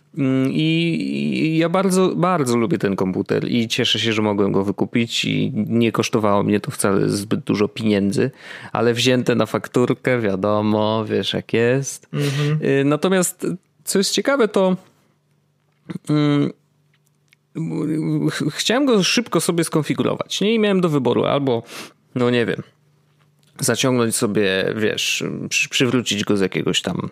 I ja bardzo, bardzo lubię ten komputer i cieszę się, że mogłem go wykupić i nie kosztowało mnie to wcale zbyt dużo pieniędzy, ale wzięte na fakturkę, wiadomo, wiesz jak jest. Mhm. Natomiast co jest ciekawe, to um, chciałem go szybko sobie skonfigurować, nie? I miałem do wyboru albo, no nie wiem, zaciągnąć sobie, wiesz, przy, przywrócić go z jakiegoś tam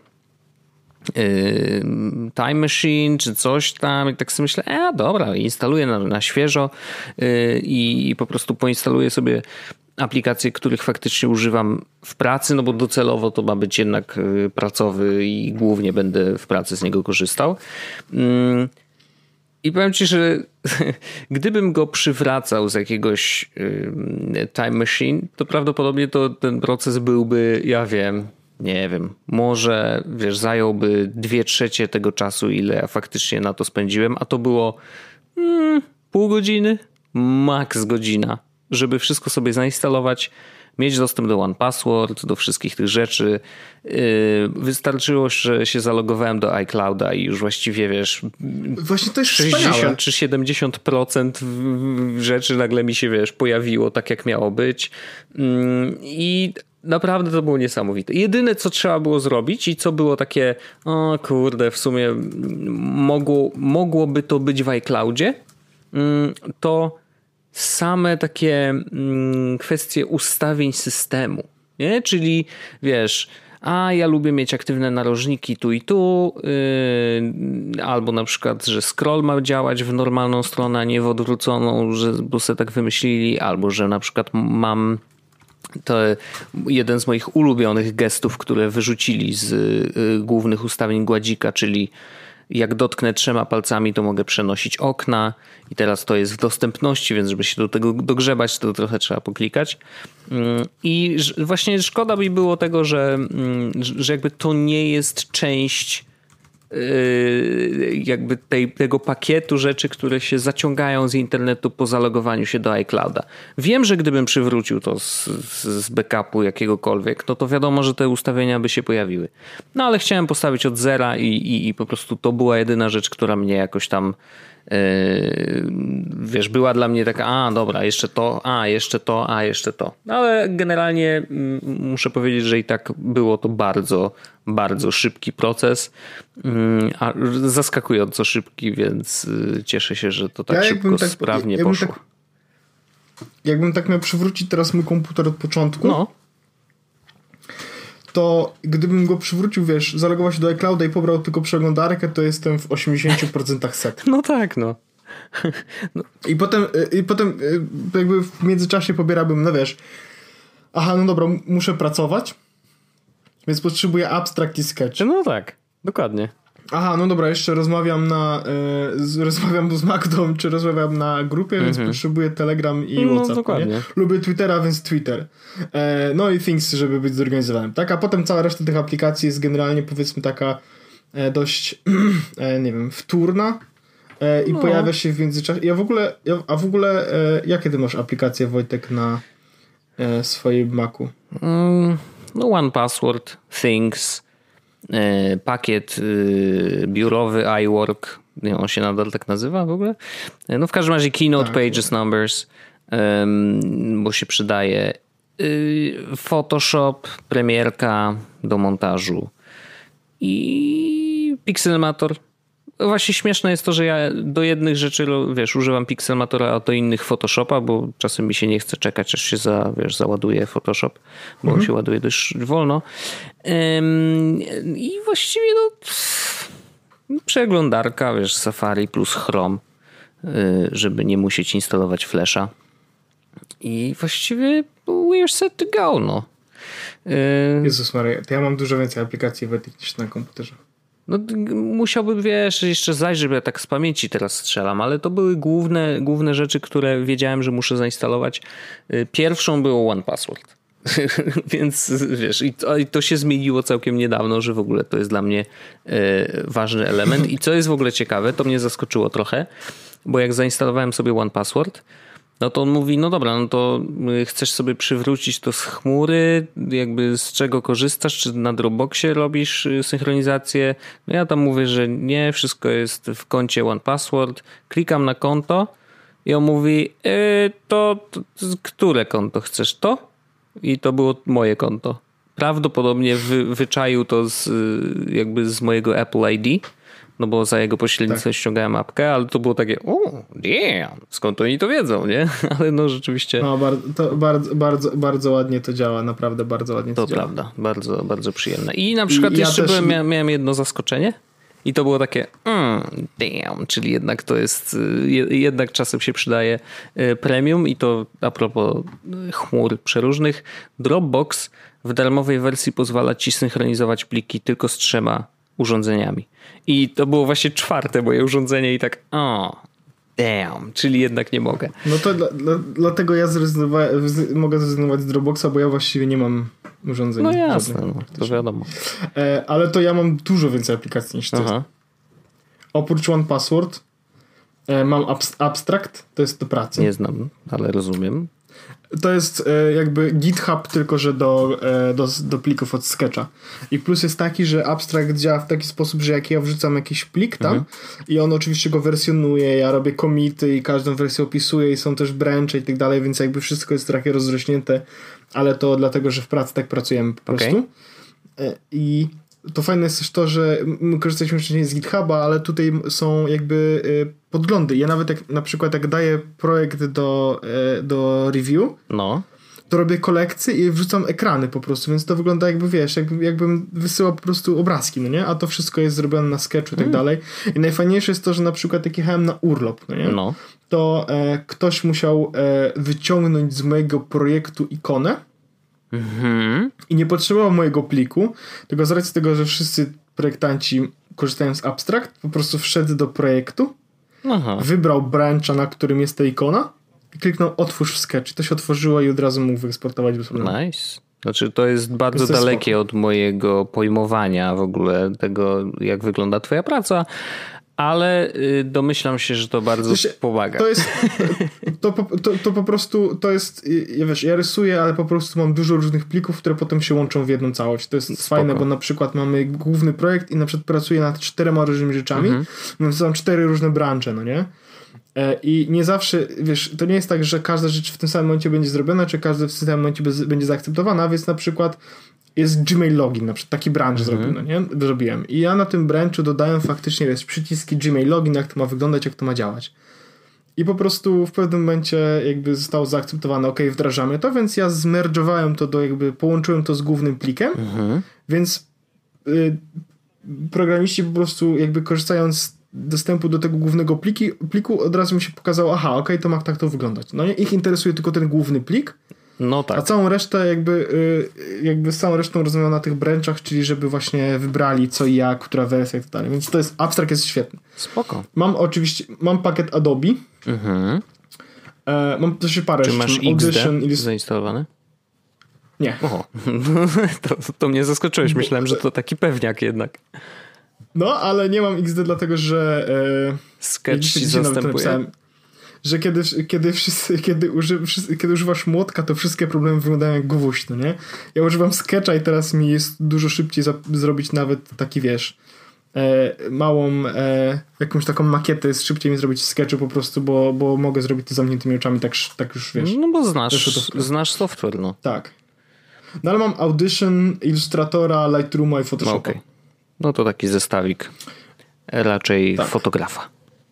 Time Machine czy coś tam i tak sobie myślę, e dobra, instaluję na, na świeżo yy, i po prostu poinstaluję sobie aplikacje, których faktycznie używam w pracy, no bo docelowo to ma być jednak yy, pracowy i głównie będę w pracy z niego korzystał. Yy, I powiem ci, że gdybym go przywracał z jakiegoś yy, Time Machine, to prawdopodobnie to ten proces byłby, ja wiem, nie wiem, może wiesz, zająłby dwie trzecie tego czasu, ile ja faktycznie na to spędziłem, a to było mm, pół godziny, maks godzina, żeby wszystko sobie zainstalować, mieć dostęp do one password, do wszystkich tych rzeczy. Yy, wystarczyło, że się zalogowałem do iClouda i już właściwie wiesz, właśnie to jest sześćdziesiąt wspaniałe. Czy siedemdziesiąt procent rzeczy nagle mi się wiesz, pojawiło tak jak miało być. Yy, I naprawdę to było niesamowite. Jedyne, co trzeba było zrobić i co było takie, o kurde, w sumie mogło, mogłoby to być w iCloudzie, to same takie kwestie ustawień systemu. Nie? Czyli wiesz, a ja lubię mieć aktywne narożniki tu i tu, yy, albo na przykład, że scroll ma działać w normalną stronę, a nie w odwróconą, że bo sobie tak wymyślili, albo że na przykład mam to jeden z moich ulubionych gestów, które wyrzucili z y, głównych ustawień gładzika, czyli jak dotknę trzema palcami, to mogę przenosić okna i teraz to jest w dostępności, więc żeby się do tego dogrzebać, to trochę trzeba poklikać. I właśnie szkoda mi było tego, że, że jakby to nie jest część jakby tej, tego pakietu rzeczy, które się zaciągają z internetu po zalogowaniu się do iClouda. Wiem, że gdybym przywrócił to z, z backupu jakiegokolwiek, no to wiadomo, że te ustawienia by się pojawiły. No ale chciałem postawić od zera i, i, i po prostu to była jedyna rzecz, która mnie jakoś tam yy, wiesz, była dla mnie taka, a dobra, jeszcze to, a jeszcze to, a jeszcze to. No, ale generalnie m, muszę powiedzieć, że i tak było to bardzo bardzo szybki proces, a zaskakująco szybki, więc cieszę się, że to tak ja szybko, tak, sprawnie jakbym poszło. Tak, jakbym tak miał przywrócić teraz mój komputer od początku, no. to gdybym go przywrócił, wiesz, zalogował się do iClouda i pobrał tylko przeglądarkę, to jestem w osiemdziesiąt procent set. No tak, no. no. I potem, i potem jakby w międzyczasie pobierałbym, no wiesz, aha, no dobra, muszę pracować, więc potrzebuję abstract i sketch. No tak, dokładnie. Aha, no dobra, jeszcze rozmawiam na y, z, rozmawiam z Magdą, czy rozmawiam na grupie, mm-hmm. więc potrzebuję Telegram i no, WhatsApp. Dokładnie. Nie? Lubię Twittera, więc Twitter. E, no i Things, żeby być zorganizowanym. Tak, a potem cała reszta tych aplikacji jest generalnie, powiedzmy, taka e, dość e, nie wiem, wtórna e, i no. pojawia się w międzyczasie. Ja w ogóle, ja, a w ogóle e, jakie ty masz aplikacje, Wojtek, na e, swoim Macu? Mm. No one password, Things, yy, pakiet yy, biurowy, iWork, nie, on się nadal tak nazywa w ogóle? No w każdym razie Keynote, tak, Pages, tak. Numbers, yy, bo się przydaje. Yy, Photoshop, premierka do montażu i Pixelmator. Właśnie śmieszne jest to, że ja do jednych rzeczy, wiesz, używam Pixelmatora, a do innych Photoshopa, bo czasem mi się nie chce czekać, aż się za, wiesz, załaduje Photoshop, bo mhm. on się ładuje dość wolno. Ym, I właściwie no przeglądarka, wiesz, Safari plus Chrome, yy, żeby nie musieć instalować Flasha. I właściwie we're set to go, no. Yy, Jezus Maria, to ja mam dużo więcej aplikacji niż na komputerze. No musiałbym, wiesz, jeszcze zajrzeć, żeby ja tak z pamięci teraz strzelam, ale to były główne, główne rzeczy, które wiedziałem, że muszę zainstalować. Pierwszą było one password. Więc wiesz, i to, i to się zmieniło całkiem niedawno, że w ogóle to jest dla mnie y, ważny element. I co jest w ogóle ciekawe, to mnie zaskoczyło trochę, bo jak zainstalowałem sobie one password, No to on mówi, no dobra, no to chcesz sobie przywrócić to z chmury, jakby z czego korzystasz, czy na Dropboxie robisz synchronizację? No ja tam mówię, że nie, wszystko jest w koncie OnePassword, klikam na konto i on mówi, e, to, to które konto chcesz, to? I to było moje konto. Prawdopodobnie wy, wyczaił to z, jakby z mojego Apple I D, no bo za jego pośrednictwem tak. ściągałem apkę, ale to było takie, o, damn, skąd oni to wiedzą, nie? Ale no rzeczywiście... No, bardzo, to bardzo, bardzo, bardzo ładnie to działa, naprawdę bardzo ładnie to, to działa. To prawda, bardzo, bardzo przyjemne. I na przykład I jeszcze ja też... byłem, miałem jedno zaskoczenie i to było takie, mm, damn, czyli jednak to jest, jednak czasem się przydaje premium i to a propos chmur przeróżnych. Dropbox w darmowej wersji pozwala ci synchronizować pliki tylko z trzema urządzeniami. I to było właśnie czwarte moje urządzenie i tak o, damn, czyli jednak nie mogę. No to dla, dla, dlatego ja zrezygnowałem, z, mogę zrezygnować z Dropboxa, bo ja właściwie nie mam urządzeń. No jasne, no, to wiadomo. E, ale to ja mam dużo więcej aplikacji niż ty. Aha. Oprócz OnePassword e, mam abs- Abstract, to jest do pracy. Nie znam, ale rozumiem. To jest e, jakby GitHub, tylko że do, e, do, do plików od Sketcha. I plus jest taki, że Abstract działa w taki sposób, że jak ja wrzucam jakiś plik tam mhm. i on oczywiście go wersjonuje, ja robię commity i każdą wersję opisuję i są też branche i tak dalej, więc jakby wszystko jest takie rozrośnięte, ale to dlatego, że w pracy tak pracujemy po prostu. Okay. E, I to fajne jest też to, że my korzystaliśmy wcześniej z GitHuba, ale tutaj są jakby y, podglądy. Ja nawet jak na przykład jak daję projekt do, y, do review, no. to robię kolekcje i wrzucam ekrany po prostu, więc to wygląda jakby, wiesz, jakby, jakbym wysyłał po prostu obrazki, no nie? A to wszystko jest zrobione na Sketchu i tak mm. dalej. I najfajniejsze jest to, że na przykład jak jechałem na urlop, no nie? No. To e, ktoś musiał e, wyciągnąć z mojego projektu ikonę, Mhm. i nie potrzebował mojego pliku, tylko z racji tego, że wszyscy projektanci korzystają z Abstract, po prostu wszedł do projektu, Aha. wybrał brancha, na którym jest ta ikona i kliknął otwórz w Sketch i to się otworzyło i od razu mógł wyeksportować bez problemu. Nice. Znaczy to jest bardzo to jest dalekie spoko. Od mojego pojmowania w ogóle tego, jak wygląda twoja praca, ale domyślam się, że to bardzo to się, pomaga. To jest, to, to, to, to po prostu, to jest, ja wiesz, ja rysuję, ale po prostu mam dużo różnych plików, które potem się łączą w jedną całość. To jest Spoko. Fajne, bo na przykład mamy główny projekt i na przykład pracuję nad czterema różnymi rzeczami, mhm. więc mam cztery różne branże, no nie? I nie zawsze, wiesz, to nie jest tak, że każda rzecz w tym samym momencie będzie zrobiona, czy każda w tym samym momencie będzie zaakceptowana, więc na przykład jest Gmail Login, na przykład taki branch mhm. zrobił, no nie? Zrobiłem. I ja na tym branchu dodałem faktycznie jest przyciski Gmail Login, jak to ma wyglądać, jak to ma działać. I po prostu w pewnym momencie jakby zostało zaakceptowane, ok, wdrażamy to, więc ja zmerdżowałem to do jakby, połączyłem to z głównym plikiem, mhm. więc y, programiści po prostu jakby korzystając z dostępu do tego głównego pliki, pliku od razu mi się pokazało, aha, ok, to ma tak to wyglądać. No nie? Ich interesuje tylko ten główny plik, no tak. A całą resztę jakby, jakby z całą resztą rozmawiam na tych branchach, czyli żeby właśnie wybrali co i jak, która wersja i tak dalej. Więc to jest, Abstract jest świetny. Spoko. Mam oczywiście, mam pakiet Adobe. Mhm. E, mam też parę. Czy masz X D ilust- zainstalowane? Nie. Oho. to, to mnie zaskoczyłeś. Myślałem, że to taki pewniak jednak. No, ale nie mam X D dlatego, że e, Sketch ci zastępuje. Że kiedy, kiedy, wszyscy, kiedy, uży, wszyscy, kiedy używasz młotka, to wszystkie problemy wyglądają jak gwóźdź, no nie? Ja używam Sketcha i teraz mi jest dużo szybciej za, zrobić nawet taki, wiesz, e, małą, e, jakąś taką makietę, jest szybciej mi zrobić w Sketchu po prostu, bo, bo mogę zrobić to zamkniętymi oczami, tak, tak już, wiesz. No bo znasz, znasz software, no. Tak. No ale mam Audition, Illustratora, Lightrooma i Photoshopa. Okay. No to taki zestawik raczej tak. fotografa.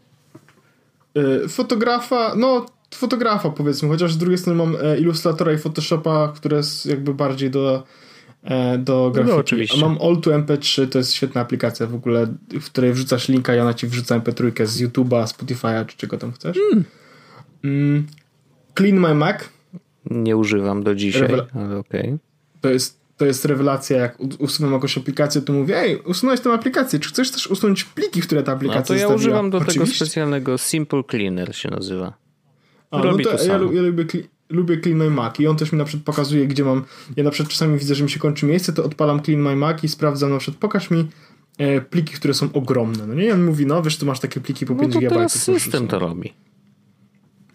Fotografa, no fotografa powiedzmy, chociaż z drugiej strony mam Illustratora i Photoshopa, które jest jakby bardziej do, do grafiki. No, oczywiście. A mam All to M P trzy, to jest świetna aplikacja w ogóle, w której wrzucasz linka i ona ci wrzuca M P trzy z YouTube'a, Spotify'a czy czego tam chcesz. Mm. Mm. Clean My Mac. Nie używam do dzisiaj, Rewela- ale okej. Okay. To jest To jest rewelacja, jak usunę jakąś aplikację, to mówię, ej, usunąłeś tę aplikację, czy chcesz też usunąć pliki, które ta aplikacja zostawiła? No to ja używam do Oczywiście. tego specjalnego Simple Cleaner się nazywa. A, Robi no to, to ja, samo. ja lubię, lubię Clean My Mac i on też mi na przykład pokazuje, gdzie mam, ja na przykład czasami widzę, że mi się kończy miejsce, to odpalam Clean My Mac i sprawdzam na przykład, pokaż mi e, pliki, które są ogromne, no nie? I on mówi, no wiesz, tu masz takie pliki po no pięć gigabajtów. No to teraz system to robi.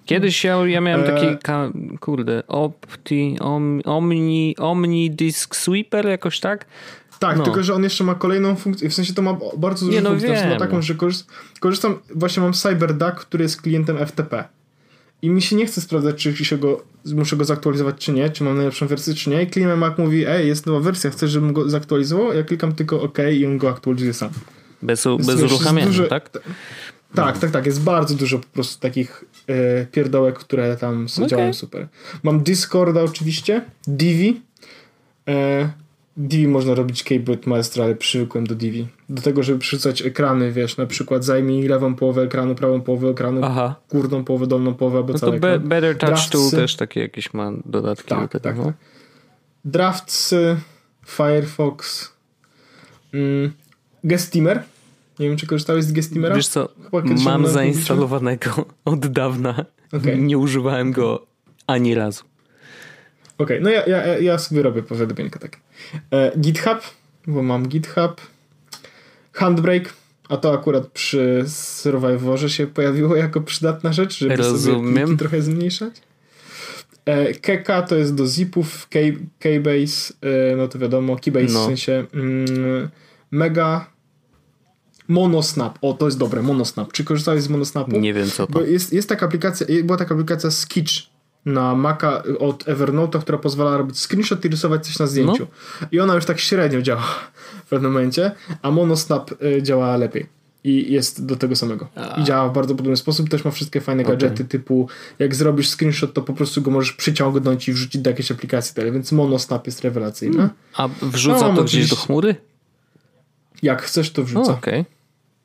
Kiedyś ja, ja miałem taki, ka, kurde, Opti, om, Omni, Omni Disk Sweeper, jakoś tak? Tak, no. Tylko że on jeszcze ma kolejną funkcję, w sensie to ma bardzo dużo Nie, no funkcji. wiem. Ma taką, że korzystam, korzystam, właśnie mam CyberDuck, który jest klientem F T P. I mi się nie chce sprawdzać, czy się go, muszę go zaktualizować, czy nie, czy mam najlepszą wersję, czy nie. I klient Mac mówi, ej, jest nowa wersja, chcesz, żebym go zaktualizował? Ja klikam tylko OK i on go aktualizuje sam. Bez, bez uruchamiania, duże, tak? T- tak, no. tak, tak. Jest bardzo dużo po prostu takich e, pierdołek, które tam okay. działają super. Mam Discorda oczywiście, Divi. E, Divi można robić keyboard maestro, ale przywykłem do Divi. Do tego, żeby przerzucać ekrany, wiesz, na przykład zajmij lewą połowę ekranu, prawą połowę ekranu, Aha. górną połowę, dolną połowę, albo no cały to ekran. Be- Better Touch Draftsy. Tool też takie jakieś ma dodatki. Tak, do tak, tak. tak. Draftsy, Firefox, mm, Gestimer. Nie wiem, czy korzystałeś z Gestimera? Wiesz co, mam zainstalowanego od dawna. Okay. Nie używałem go ani razu. Okej, okay, no ja, ja, ja sobie robię powiadomienka takie. E, GitHub, bo mam GitHub. Handbrake, a to akurat przy Survivorze się pojawiło jako przydatna rzecz, żeby Rozumiem. sobie pliki trochę zmniejszać. E, Keka to jest do zipów, K, Keybase, e, no to wiadomo, Keybase no. w sensie mm, Mega Monosnap, o to jest dobre, Monosnap. Czy korzystałeś z Monosnapu? Nie wiem co to. Bo jest, jest taka aplikacja, była taka aplikacja Sketch na Maca od Evernote'a, która pozwala robić screenshot i rysować coś na zdjęciu. No. I ona już tak średnio działa w pewnym momencie, a Monosnap y, działa lepiej. I jest do tego samego. A. I działa w bardzo podobny sposób. Też ma wszystkie fajne okay. gadżety typu jak zrobisz screenshot, to po prostu go możesz przyciągnąć i wrzucić do jakiejś aplikacji. Tyle. Więc Monosnap jest rewelacyjny. Hmm. A wrzuca no, to gdzieś do chmury? Jak chcesz, to wrzuca. Okej. Okay.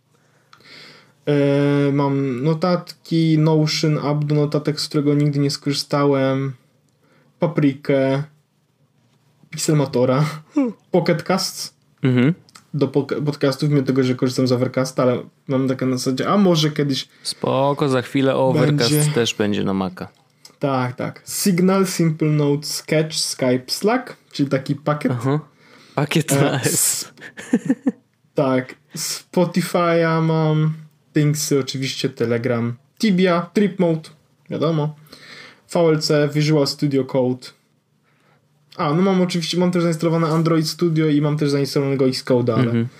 Yy, mam notatki, Notion, app do notatek, z którego nigdy nie skorzystałem, Paprikę, Pixelmatora, hmm. Pocket Casts mhm. do po- podcastów, mimo tego, że korzystam z Overcasta, ale mam takie na zasadzie, a może kiedyś spoko, za chwilę Overcast będzie... też będzie na Maca. Tak, tak. Signal, Simple Note, Sketch, Skype, Slack, czyli taki pakiet. Aha. Pakiet e, na S. S- tak. Spotify'a mam, Thingsy oczywiście, Telegram, Tibia, Trip Mode, wiadomo, V L C, Visual Studio Code. A, no mam oczywiście, mam też zainstalowane Android Studio i mam też zainstalowanego Xcode, ale mm-hmm.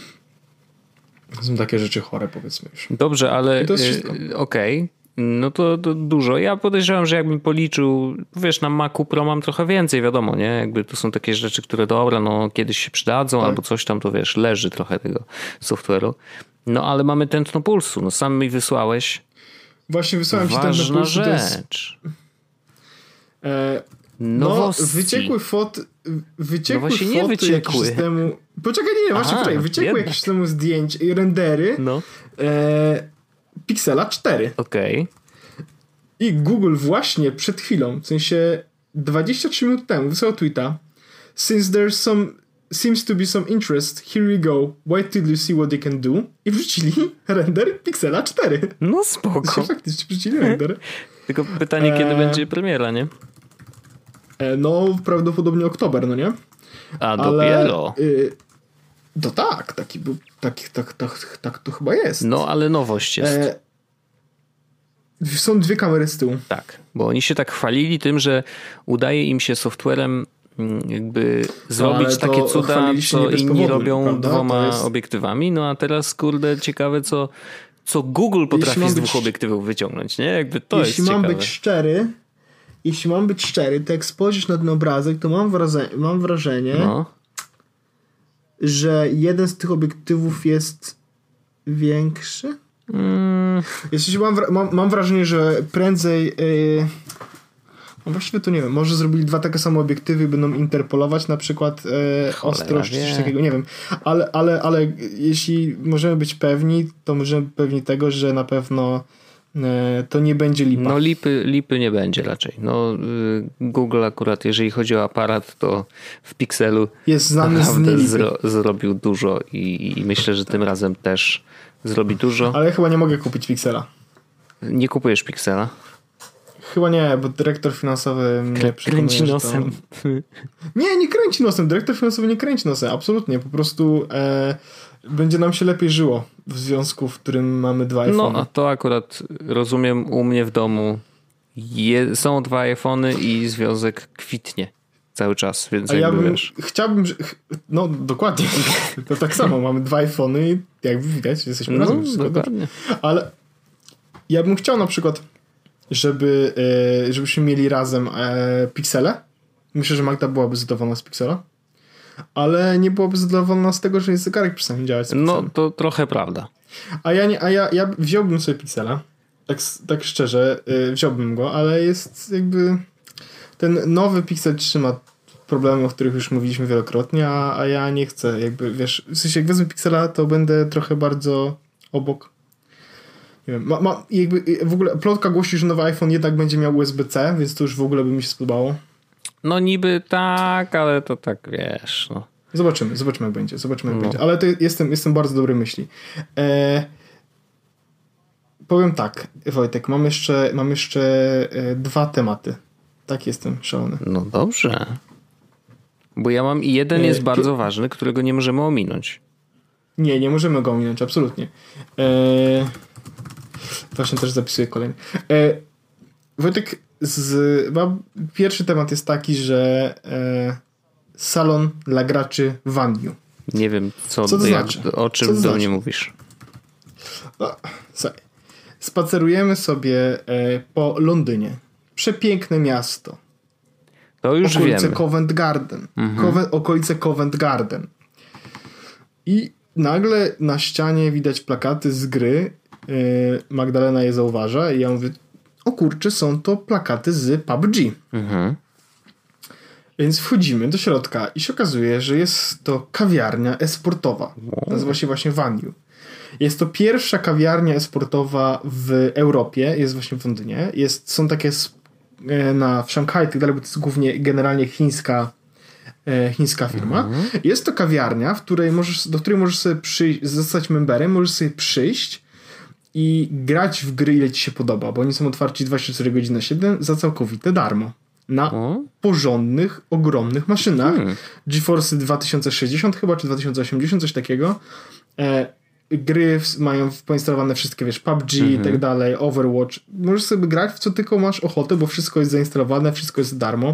są takie rzeczy chore, powiedzmy już. Dobrze, ale yy, okej. Okay. No to, to dużo. Ja podejrzewam, że jakbym policzył, wiesz, na Macu Pro mam trochę więcej, wiadomo, nie? Jakby to są takie rzeczy, które dobra, no kiedyś się przydadzą, tak. albo coś tam, to wiesz, leży trochę tego software'u. No ale mamy tętno pulsu, no sam mi wysłałeś. Właśnie wysłałem ci tętno pulsu. Ważna rzecz. E, no, wyciekły foty, wyciekły no foty nie wyciekły. Systemu, poczekaj, nie, nie, właśnie wczoraj, wyciekły jednak. Jakieś systemu zdjęć i rendery no. e, Pixela cztery. Okej. Okay. I Google właśnie przed chwilą, w sensie dwadzieścia trzy minut temu wysłał tweeta: Since there's some seems to be some interest, here we go. Wait till you see what they can do. I wrzucili render Pixela cztery. No spoko. Faktycznie wrzucili render. Tylko pytanie, kiedy e... będzie premiera, nie? E, no, prawdopodobnie oktober, no nie? A, dopiero. Ale, y, to tak, taki był, tak, tak, tak, tak to chyba jest. No, ale nowość jest. E, są dwie kamery z tyłu. Tak, bo oni się tak chwalili tym, że udaje im się softwarem jakby zrobić no, takie cuda, co inni powodu, robią prawda? dwoma jest... obiektywami, no a teraz kurde ciekawe co, co Google potrafi z dwóch być... obiektywów wyciągnąć, nie? Jakby to jeśli jest mam ciekawe. być szczery, jeśli mam być szczery, to jak spojrzysz na ten obrazek, to mam wrażenie, mam wrażenie no. że jeden z tych obiektywów jest większy. Mm. Jeśli mam, mam, mam wrażenie, że prędzej yy, no właściwie to nie wiem, może zrobili dwa takie same obiektywy i będą interpolować na przykład e, ostrość, coś takiego, nie wiem, ale, ale, ale jeśli możemy być pewni, to możemy być pewni tego, że na pewno e, to nie będzie lipa. No lipy, lipy nie będzie raczej. No y, Google akurat, jeżeli chodzi o aparat, to w Pixelu jest znany z zro, zrobił dużo i, i myślę, że tym razem też zrobi dużo. Ale ja chyba nie mogę kupić Pixela. Nie kupujesz Pixela? Chyba nie, bo dyrektor finansowy mnie przekonuje, kręci nosem. To... Nie, nie kręci nosem. Dyrektor finansowy nie kręci nosem. Absolutnie. Po prostu e, będzie nam się lepiej żyło w związku, w którym mamy dwa iPhone. No, a to akurat rozumiem u mnie w domu. Je, są dwa iPhony i związek kwitnie cały czas, więc A ja bym, wiesz. chciałbym, no dokładnie, to tak samo, mamy dwa iPhony i jakby widać, jesteśmy No, razem. dokładnie. Ale ja bym chciał na przykład, żeby, e, żebyśmy mieli razem e, Pixele. Myślę, że Magda byłaby zadowolona z Pixela, ale nie byłaby zadowolona z tego, że jest zegarek przestanie działać z No to trochę prawda. A ja, nie, a ja, ja wziąłbym sobie Pixela, tak, tak szczerze, yy, wziąłbym go, ale jest jakby ten nowy Pixel trzyma problemy, o których już mówiliśmy wielokrotnie, a, a ja nie chcę, jakby wiesz, w sensie jak wezmę Pixela, to będę trochę bardzo obok. Nie wiem, ma, ma, jakby w ogóle plotka głosi, że nowy iPhone jednak będzie miał U S B C, więc to już w ogóle by mi się spodobało. No niby tak, ale to tak wiesz, no. Zobaczymy, zobaczymy jak będzie, zobaczymy jak no. będzie, ale to jestem, jestem bardzo dobrej myśli. E, powiem tak, Wojtek, mam jeszcze, mam jeszcze e, dwa tematy. Tak, jestem szalony. No dobrze. Bo ja mam i jeden jest e, bardzo pi- ważny, którego nie możemy ominąć. Nie, nie możemy go ominąć, absolutnie. E, właśnie też zapisuję kolejny. E, Wojtek, z, mam, pierwszy temat jest taki, że e, salon dla graczy w Wandiu. Nie wiem, co, co to jak, znaczy? o czym co do znaczy? mnie mówisz. No, słuchaj. Spacerujemy sobie e, po Londynie. Przepiękne miasto. To już okolice wiemy. Covent Garden. Mhm. Covent, okolice Covent Garden. I nagle na ścianie widać plakaty z gry. E, Magdalena je zauważa i ja mówię, o kurczę, są to plakaty z P U B G. Mhm. Więc wchodzimy do środka i się okazuje, że jest to kawiarnia e-sportowa. Nazywa się właśnie Wandiu. Jest to pierwsza kawiarnia e-sportowa w Europie. Jest właśnie w Londynie. Jest, są takie na, w Szanghaju i tak dalej, bo to jest głównie generalnie chińska, e, chińska firma. Mhm. Jest to kawiarnia, w której możesz, do której możesz sobie przyjść, zostać memberem, możesz sobie przyjść i grać w gry, ile ci się podoba, bo oni są otwarci dwadzieścia cztery godziny na siedem za całkowite darmo. Na o? porządnych, ogromnych maszynach. Hmm. GeForce dwa tysiące sześćdziesiąt chyba, czy dwa tysiące osiemdziesiąt, coś takiego. E, gry mają poinstalowane wszystkie, wiesz, P U B G hmm. i tak dalej, Overwatch. Możesz sobie grać w co tylko masz ochotę, bo wszystko jest zainstalowane, wszystko jest za darmo.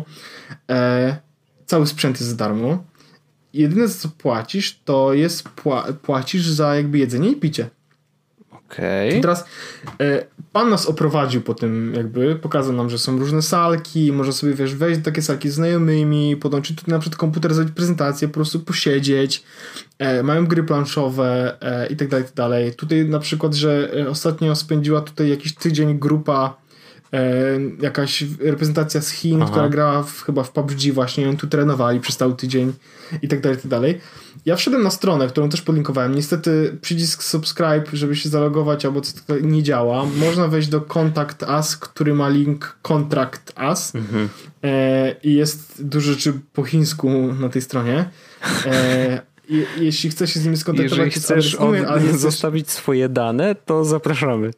E, cały sprzęt jest za darmo. Jedyne, za co płacisz, to jest pła- płacisz za jakby jedzenie i picie. Okej. Okay. Teraz e, pan nas oprowadził po tym, jakby pokazał nam, że są różne salki, można sobie, wiesz, wejść do takie salki z znajomymi, podłączyć tutaj na przykład komputer, zrobić prezentację, po prostu posiedzieć, e, mają gry planszowe e, i tak dalej, i tak dalej. Tutaj na przykład, że e, ostatnio spędziła tutaj jakiś tydzień grupa, e, jakaś reprezentacja z Chin, Aha. która grała w, chyba w P U B G właśnie, i oni tu trenowali przez cały tydzień i tak dalej, i tak dalej. Ja wszedłem na stronę, którą też podlinkowałem. Niestety przycisk subscribe, żeby się zalogować, albo co to nie działa. Można wejść do Contact Us, który ma link Contract Us mhm. e, i jest dużo rzeczy po chińsku na tej stronie. E, i, jeśli chcesz się z nimi skontaktować, jeżeli chcesz od, e-mail, ale chcesz zostawić swoje dane, to zapraszamy.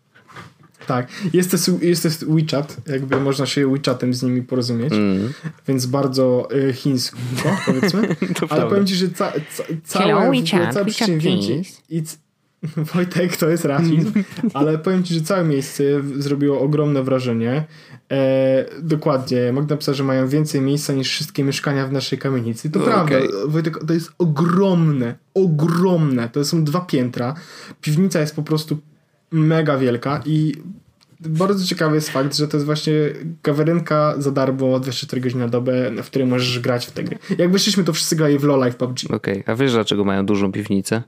Tak, jest też, jest też WeChat, jakby można się WeChatem z nimi porozumieć, mm. więc bardzo y, chińsko, powiedzmy. Ale prawda. Powiem ci, że ca, ca, całe, Hello, ogóle, WeChat, całe przedsięwzięcie i c- Wojtek, to jest rasizm, ale powiem ci, że całe miejsce zrobiło ogromne wrażenie. E, dokładnie, mogę napisać, że mają więcej miejsca niż wszystkie mieszkania w naszej kamienicy. To okay. prawda, Wojtek, to jest ogromne, ogromne, to są dwa piętra. Piwnica jest po prostu mega wielka i bardzo ciekawy jest fakt, że to jest właśnie kawiarenka za darmo dwadzieścia cztery godziny na dobę, w której możesz grać w te gry. Jak wyszliśmy, to wszyscy grali w LoL'a i w P U B G. Okej, okay. A wiesz dlaczego mają dużą piwnicę?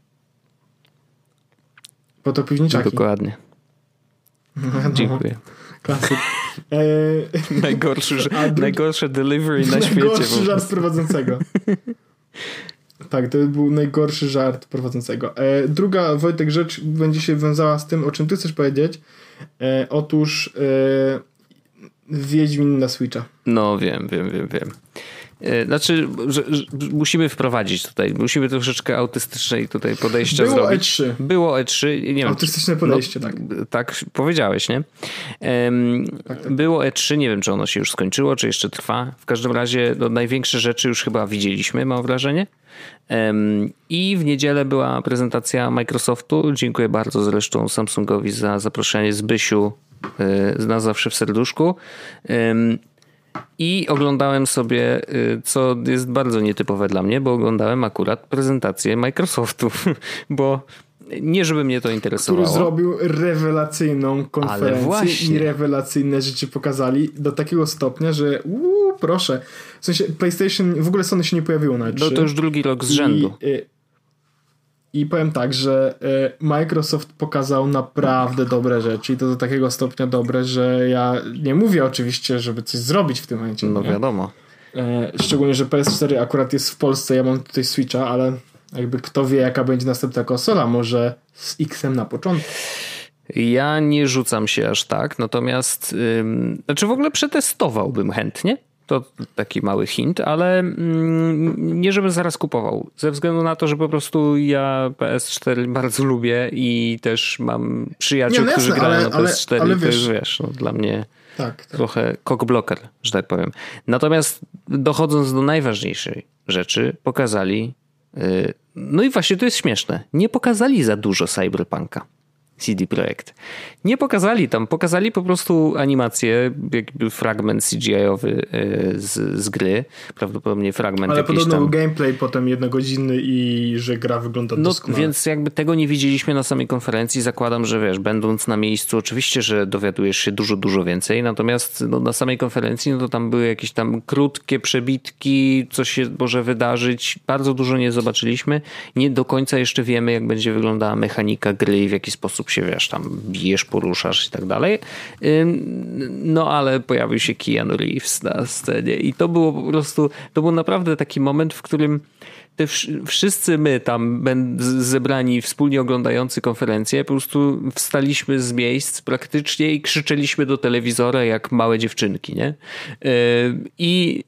Bo to piwniczaki. Dokładnie. No, dziękuję. Klasyk. E... Najgorszy, dru... Najgorsze delivery na świecie. Najgorszy żart prowadzącego. Tak, to był najgorszy żart prowadzącego. E, druga, Wojtek, rzecz będzie się wiązała z tym, o czym ty chcesz powiedzieć. E, otóż e, Wiedźmin na Switcha. No wiem, wiem, wiem, wiem. E, znaczy, że, że musimy wprowadzić tutaj, musimy troszeczkę autystycznej tutaj podejścia Było zrobić. E trzy. Było E trzy. Nie wiem, autystyczne podejście, no, tak. Tak powiedziałeś, nie? Um, tak, tak. Było E trzy, nie wiem, czy ono się już skończyło, czy jeszcze trwa. W każdym razie no, największe rzeczy już chyba widzieliśmy, mam wrażenie. Um, I w niedzielę była prezentacja Microsoftu. Dziękuję bardzo zresztą Samsungowi za zaproszenie. Zbysiu Na zawsze w serduszku. I oglądałem sobie, co jest bardzo nietypowe dla mnie, bo oglądałem akurat prezentację Microsoftu, bo nie żeby mnie to interesowało. Który zrobił rewelacyjną konferencję i rewelacyjne rzeczy pokazali do takiego stopnia, że uuu, proszę. W sensie PlayStation, w ogóle Sony się nie pojawiło na E trzy. No to już drugi rok z rzędu. I, I powiem tak, że Microsoft pokazał naprawdę dobre rzeczy i to do takiego stopnia dobre, że ja nie mówię oczywiście, żeby coś zrobić w tym momencie. No nie? wiadomo. Szczególnie, że P S cztery akurat jest w Polsce, ja mam tutaj Switcha, ale jakby kto wie, jaka będzie następna konsola, może z X-em na początku. Ja nie rzucam się aż tak, natomiast ym, znaczy w ogóle przetestowałbym chętnie. To taki mały hint, ale mm, nie żebym zaraz kupował. Ze względu na to, że po prostu ja P S cztery bardzo lubię i też mam przyjaciół, nie, no którzy jasne, grają ale, na P S cztery. Ale, ale to wiesz, wiesz no, dla mnie tak, tak. trochę cockblocker, że tak powiem. Natomiast dochodząc do najważniejszej rzeczy, pokazali yy, no i właśnie to jest śmieszne. Nie pokazali za dużo Cyberpunka. C D Projekt. Nie pokazali tam, pokazali po prostu animację, jakby fragment C G I-owy z, z gry, prawdopodobnie fragment ale jakiś podobno tam... był gameplay potem jednogodzinny i że gra wygląda no, doskonale. Więc jakby tego nie widzieliśmy na samej konferencji, zakładam, że wiesz, będąc na miejscu, oczywiście, że dowiadujesz się dużo, dużo więcej, natomiast no, na samej konferencji no to tam były jakieś tam krótkie przebitki, co się może wydarzyć, bardzo dużo nie zobaczyliśmy, nie do końca jeszcze wiemy, jak będzie wyglądała mechanika gry i w jaki sposób się, wiesz, tam bijesz, poruszasz i tak dalej. No ale pojawił się Keanu Reeves na scenie i to było po prostu, to był naprawdę taki moment, w którym te wszyscy my tam zebrani, wspólnie oglądający konferencję, po prostu wstaliśmy z miejsc praktycznie i krzyczeliśmy do telewizora jak małe dziewczynki, nie? I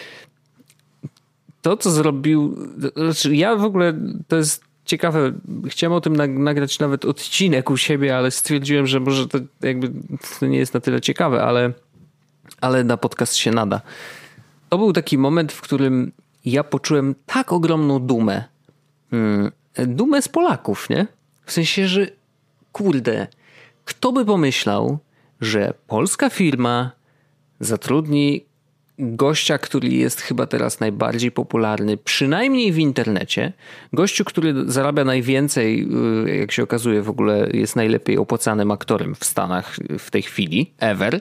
to, co zrobił, znaczy ja w ogóle, to jest ciekawe, chciałem o tym nagrać nawet odcinek u siebie, ale stwierdziłem, że może to jakby to nie jest na tyle ciekawe, ale, ale na podcast się nada. To był taki moment, w którym ja poczułem tak ogromną dumę. Hmm, dumę z Polaków, nie? W sensie, że kurde, kto by pomyślał, że polska firma zatrudni gościa, który jest chyba teraz najbardziej popularny, przynajmniej w internecie. Gościu, który zarabia najwięcej, jak się okazuje, w ogóle jest najlepiej opłacanym aktorem w Stanach w tej chwili, ever.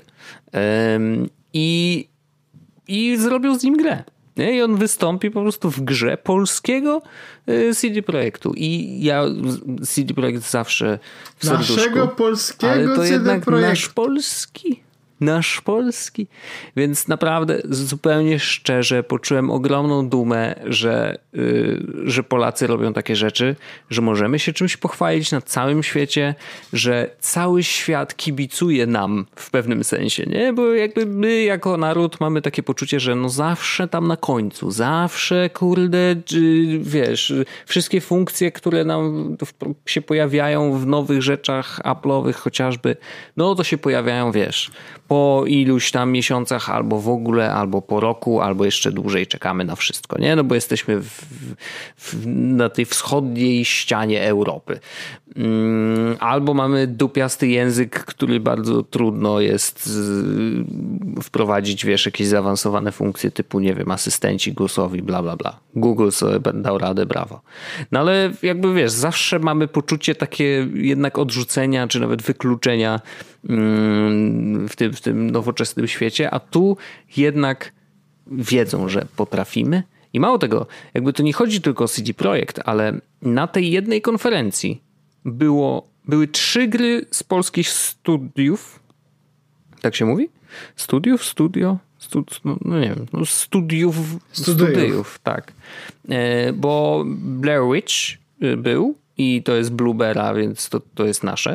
I, i zrobił z nim grę. Nie? I on wystąpi po prostu w grze polskiego C D Projektu. I ja C D Projekt zawsze w serduszku. Naszego polskiego ale to C D jednak Projekt. Nasz polski. Nasz polski. Więc naprawdę zupełnie szczerze poczułem ogromną dumę, że, yy, że Polacy robią takie rzeczy, że możemy się czymś pochwalić na całym świecie, że cały świat kibicuje nam w pewnym sensie, nie? Bo jakby my jako naród mamy takie poczucie, że no zawsze tam na końcu, zawsze kurde, wiesz, wszystkie funkcje, które nam się pojawiają w nowych rzeczach Apple'owych chociażby, no to się pojawiają, wiesz, po iluś tam miesiącach, albo w ogóle, albo po roku, albo jeszcze dłużej czekamy na wszystko, nie? No bo jesteśmy w, w, na tej wschodniej ścianie Europy. Albo mamy dupiasty język, który bardzo trudno jest wprowadzić, wiesz, jakieś zaawansowane funkcje typu, nie wiem, asystenci głosowi, bla, bla, bla. Google sobie dał radę, brawo. No ale jakby, wiesz, zawsze mamy poczucie takie jednak odrzucenia, czy nawet wykluczenia w tym, w tym nowoczesnym świecie, a tu jednak wiedzą, że potrafimy. I mało tego, jakby to nie chodzi tylko o C D Projekt, ale na tej jednej konferencji było, były trzy gry z polskich studiów. Tak się mówi? Studiów? Studio? Stud, no, no nie wiem. No studiów. Studiów. Studiów, tak. E, bo Blair Witch był i to jest Bluebera, więc to, to jest nasze.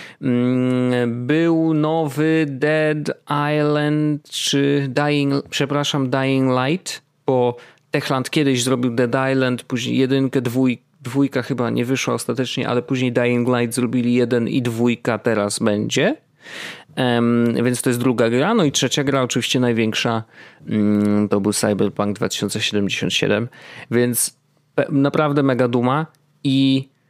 Był nowy Dead Island, czy Dying, przepraszam, Dying Light, bo Techland kiedyś zrobił Dead Island, później jedynkę, dwójkę, dwójka chyba nie wyszła ostatecznie, ale później Dying Light zrobili jeden i dwójka teraz będzie. Um, więc to jest druga gra. No i trzecia gra, oczywiście największa, um, to był Cyberpunk dwa tysiące siedemdziesiąt siedem, więc pe- naprawdę mega duma i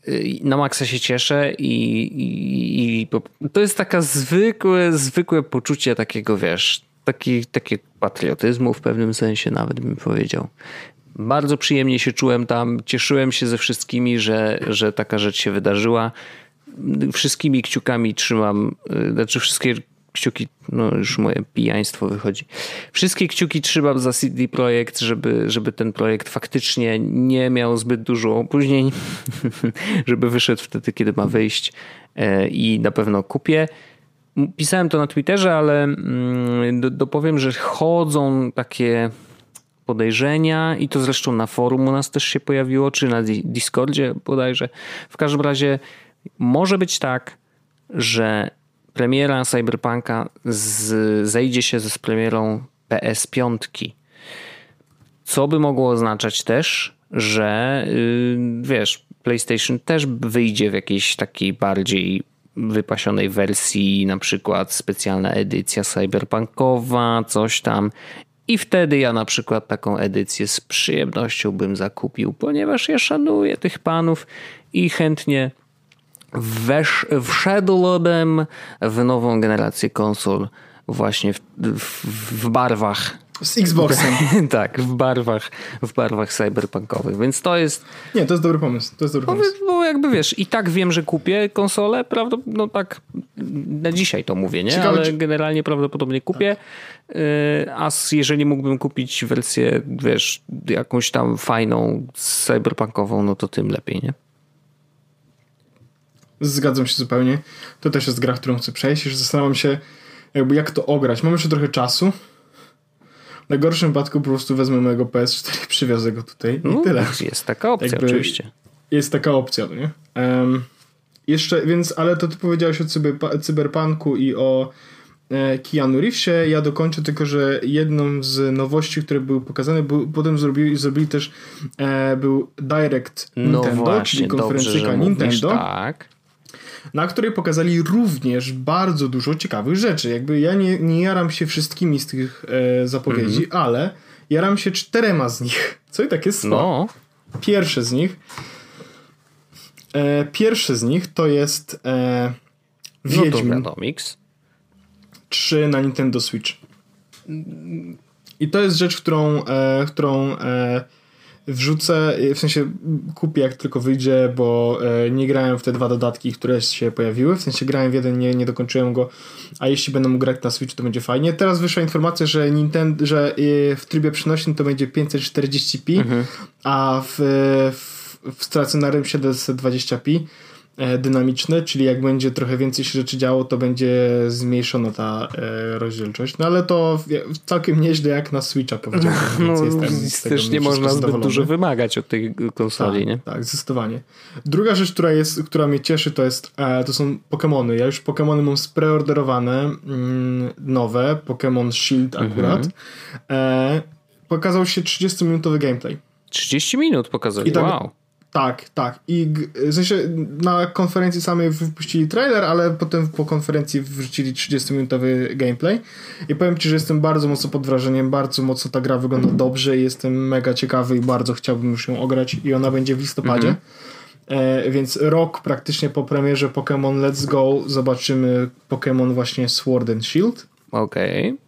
na maksa się cieszę i, i, i to jest taka zwykłe, zwykłe poczucie takiego, wiesz, taki, takie patriotyzmu w pewnym sensie nawet bym powiedział. Bardzo przyjemnie się czułem tam, cieszyłem się ze wszystkimi, że, że taka rzecz się wydarzyła. Wszystkimi kciukami trzymam, znaczy wszystkie kciuki, no już moje pijaństwo wychodzi. Wszystkie kciuki trzymam za C D Projekt, żeby, żeby ten projekt faktycznie nie miał zbyt dużo opóźnień, żeby wyszedł wtedy, kiedy ma wyjść i na pewno kupię. Pisałem to na Twitterze, ale dopowiem, że chodzą takie podejrzenia i to zresztą na forum u nas też się pojawiło, czy na Discordzie bodajże. W każdym razie może być tak, że premiera Cyberpunka z, zejdzie się z premierą P S pięć. Co by mogło oznaczać też, że yy, wiesz, PlayStation też wyjdzie w jakiejś takiej bardziej wypasionej wersji, na przykład specjalna edycja cyberpunkowa, coś tam. I wtedy ja na przykład taką edycję z przyjemnością bym zakupił, ponieważ ja szanuję tych panów i chętnie wesz, wszedłbym w nową generację konsol właśnie w, w, w barwach. Z Xboxem. Tak, w barwach, w barwach cyberpunkowych, więc to jest... Nie, to jest dobry pomysł. To jest dobry pomysł. Bo, bo jakby wiesz, i tak wiem, że kupię konsolę, prawda, no tak na dzisiaj to mówię, nie? Ciekawe, ale czy... generalnie prawdopodobnie kupię, tak. A jeżeli mógłbym kupić wersję, wiesz, jakąś tam fajną, cyberpunkową, no to tym lepiej, nie? Zgadzam się zupełnie. To też jest gra, którą chcę przejść. Już zastanawiam się, jakby jak to ograć. Mam jeszcze trochę czasu. W najgorszym wypadku po prostu wezmę mojego P S cztery, przywiozę go tutaj i no, tyle. Jest taka opcja, jakby oczywiście. Jest taka opcja, no nie? Um, jeszcze, więc, ale to ty powiedziałeś o cyber, cyberpunku i o e, Keanu Reevesie. Ja dokończę tylko, że jedną z nowości, które były pokazane, był, potem zrobili, zrobili też e, był Direct no Nintendo, właśnie, czyli konferencyjka dobrze, Nintendo. Mówisz, tak. Na której pokazali również bardzo dużo ciekawych rzeczy. Jakby ja nie, nie jaram się wszystkimi z tych e, zapowiedzi, mm-hmm. ale jaram się czterema z nich. Co i tak jest no. Pierwsze z nich e, pierwsze z nich to jest e, Wiedźmin no trzy na Nintendo Switch. I to jest rzecz, którą e, którą e, wrzucę, w sensie kupię jak tylko wyjdzie, bo e, nie grałem w te dwa dodatki, które się pojawiły, w sensie grałem w jeden, nie, nie dokończyłem go, a jeśli będę mógł grać na Switch, to będzie fajnie. Teraz wyszła informacja, że Nintendo, że e, w trybie przenośnym to będzie pięćset czterdzieści p, mhm. a w, w, w stacjonarnym siedemset dwadzieścia p e, dynamiczne, czyli jak będzie trochę więcej się rzeczy działo, to będzie zmniejszona ta e, rozdzielczość. No ale to całkiem nieźle jak na Switcha powiedziałem. No, też nie można zbyt dużo wymagać od tej konsoli, tak, nie? Tak, zdecydowanie. Druga rzecz, która jest, która mnie cieszy, to jest e, to są Pokemony. Ja już Pokemony mam spreorderowane, mm, nowe, Pokémon Shield akurat. Mhm. E, pokazał się trzydziestominutowy gameplay. trzydzieści minut pokazali, tak, wow. Tak, tak. I w sensie na konferencji samej wypuścili trailer, ale potem po konferencji wrzucili trzydziestominutowy gameplay. I powiem ci, że jestem bardzo mocno pod wrażeniem, bardzo mocno ta gra wygląda dobrze, jestem mega ciekawy i bardzo chciałbym już ją ograć i ona będzie w listopadzie. Mm-hmm. E, więc rok praktycznie po premierze Pokémon Let's Go zobaczymy Pokémon właśnie Sword and Shield. Okej. Okay.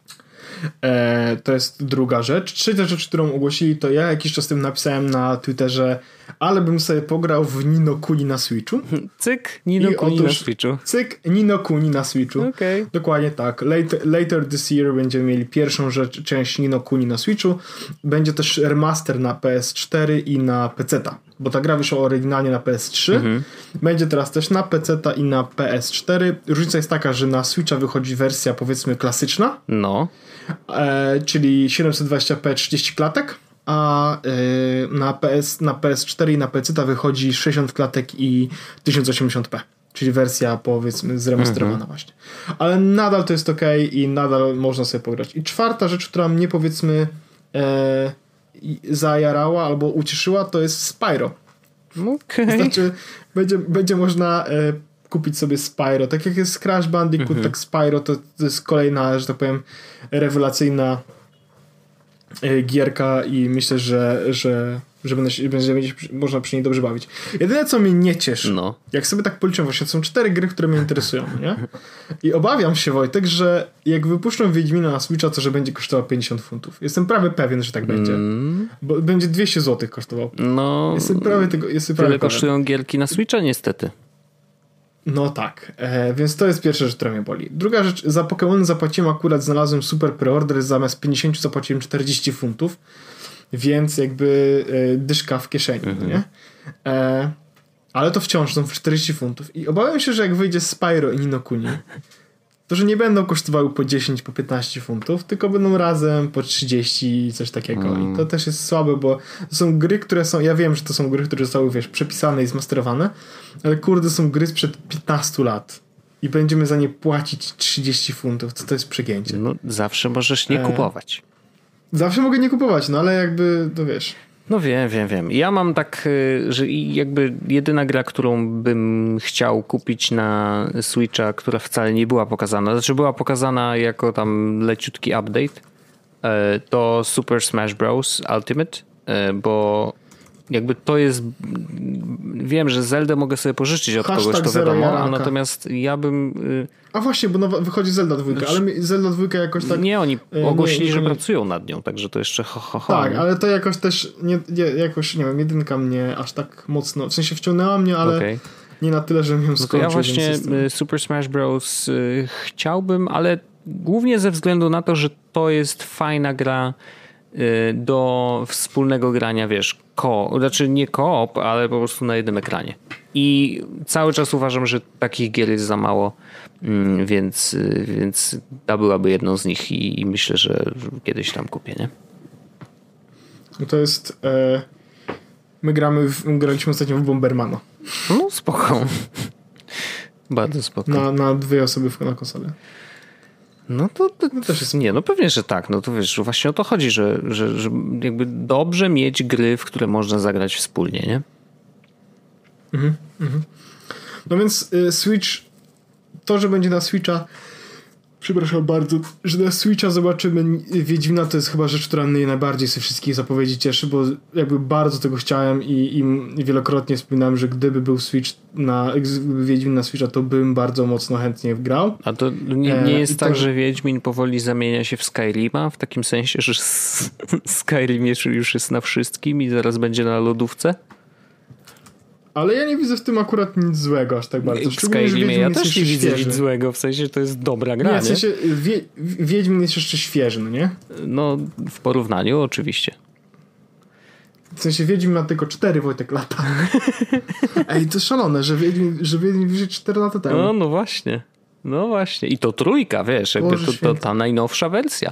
E, to jest druga rzecz. Trzecia rzecz, którą ogłosili, to ja jakiś czas temu napisałem na Twitterze, ale bym sobie pograł w Ni no Kuni na Switchu. Cyk, Ni no Kuni na Switchu. Cyk, Ni no Kuni na Switchu. Okay. Dokładnie tak. Later, later this year będziemy mieli pierwszą rzecz, część Ni no Kuni na Switchu. Będzie też remaster na P S cztery i na peceta, bo ta gra wyszła oryginalnie na P S trzy. Mhm. Będzie teraz też na peceta i na P S cztery. Różnica jest taka, że na Switcha wychodzi wersja powiedzmy klasyczna. No. E, czyli siedemset dwadzieścia p trzydzieści klatek, a e, na, P S, na P S cztery i na peceta wychodzi sześćdziesiąt klatek i tysiąc osiemdziesiąt p, czyli wersja powiedzmy zremasterowana mhm. właśnie. Ale nadal to jest okej i nadal można sobie pograć. I czwarta rzecz, która mnie powiedzmy e, zajarała albo ucieszyła, to jest Spyro. Okay. Znaczy będzie, będzie można e, kupić sobie Spyro. Tak jak jest Crash Bandicoot, mhm. tak Spyro to, to jest kolejna, że tak powiem, rewelacyjna e, gierka i myślę, że, że, że będzie, będzie można przy niej dobrze bawić. Jedyne, co mnie nie cieszy, no. jak sobie tak policzyłem, właśnie są cztery gry, które mnie interesują, nie? I obawiam się, Wojtek, że jak wypuszczą Wiedźmina na Switcha, to że będzie kosztował pięćdziesiąt funtów. Jestem prawie pewien, że tak będzie. Mm. Bo będzie dwieście złotych kosztował. No, jestem prawie tego, jestem prawie tyle kosztują gierki na Switcha niestety. No tak, e, więc to jest pierwsza rzecz, która mnie boli. Druga rzecz, za Pokémony zapłaciłem akurat, znalazłem super preorder, zamiast pięćdziesiąt zapłaciłem czterdzieści funtów, więc jakby e, dyszka w kieszeni, mhm. nie? E, ale to wciąż są czterdzieści funtów i obawiam się, że jak wyjdzie Spyro i Ni no Kuni, to że nie będą kosztowały po dziesięć, po piętnaście funtów, tylko będą razem po trzydzieści i coś takiego. Mm. I to też jest słabe, bo to są gry, które są, ja wiem, że to są gry, które zostały, wiesz, przepisane i zmasterowane, ale kurde, są gry sprzed piętnastu lat i będziemy za nie płacić trzydzieści funtów, to to jest przegięcie. No zawsze możesz nie e... kupować. Zawsze mogę nie kupować, no ale jakby, to wiesz... No wiem, wiem, wiem. Ja mam tak, że jakby jedyna gra, którą bym chciał kupić na Switcha, która wcale nie była pokazana, znaczy była pokazana jako tam leciutki update, to Super Smash Bros. Ultimate, bo jakby to jest, wiem, że Zeldę mogę sobie pożyczyć od Hashtag kogoś, to wiadomo, a natomiast ja bym... A właśnie, bo nowa, wychodzi Zelda dwójka, ale mi Zelda dwójka jakoś tak... Nie, oni ogłosili, nie, że nie... pracują nad nią, także to jeszcze ho, ho, ho. Tak, ale to jakoś też, nie, nie, jakoś, nie wiem, jedynka mnie aż tak mocno, w sensie wciągnęła mnie, ale okay. nie na tyle, żebym ją skończył. No ja właśnie Super Smash Bros. Chciałbym, ale głównie ze względu na to, że to jest fajna gra do wspólnego grania, wiesz, ko, znaczy nie koop, ale po prostu na jednym ekranie. I cały czas uważam, że takich gier jest za mało, więc, więc ta byłaby jedną z nich i, i myślę, że kiedyś tam kupię, nie? No to jest e, my gramy w, graliśmy ostatnio w Bombermana. No spoko. Bardzo spoko. Na, na dwie osoby na konsolę. No to, to no też jest... Nie, no pewnie, że tak. No to wiesz, właśnie o to chodzi, że, że, że jakby dobrze mieć gry, w które można zagrać wspólnie, nie? Mhm, mhm. No więc y, Switch, to, że będzie na Switcha, przepraszam bardzo, że na Switcha zobaczymy Wiedźmina, to jest chyba rzecz, która mnie najbardziej ze wszystkich zapowiedzi cieszy, bo jakby bardzo tego chciałem i, i wielokrotnie wspominałem, że gdyby był Switch na, gdyby Wiedźmin na Switcha, to bym bardzo mocno chętnie wgrał. A to nie, nie jest e, tak, to, że Wiedźmin powoli zamienia się w Skyrima, w takim sensie, że Skyrim już jest na wszystkim i zaraz będzie na lodówce? Ale ja nie widzę w tym akurat nic złego aż tak bardzo. W Skyrimie ja też nie widzę nic złego, w sensie, że to jest dobra gra, nie? W sensie wie, Wiedźmin jest jeszcze świeży, no nie? No, w porównaniu oczywiście. W sensie Wiedźmin ma tylko cztery, Wojtek, lata. Ej, to szalone, że Wiedźmin, że Wiedźmin wyszedł cztery lata temu. No, no właśnie. No właśnie. I to trójka, wiesz, jakby to, to ta najnowsza wersja.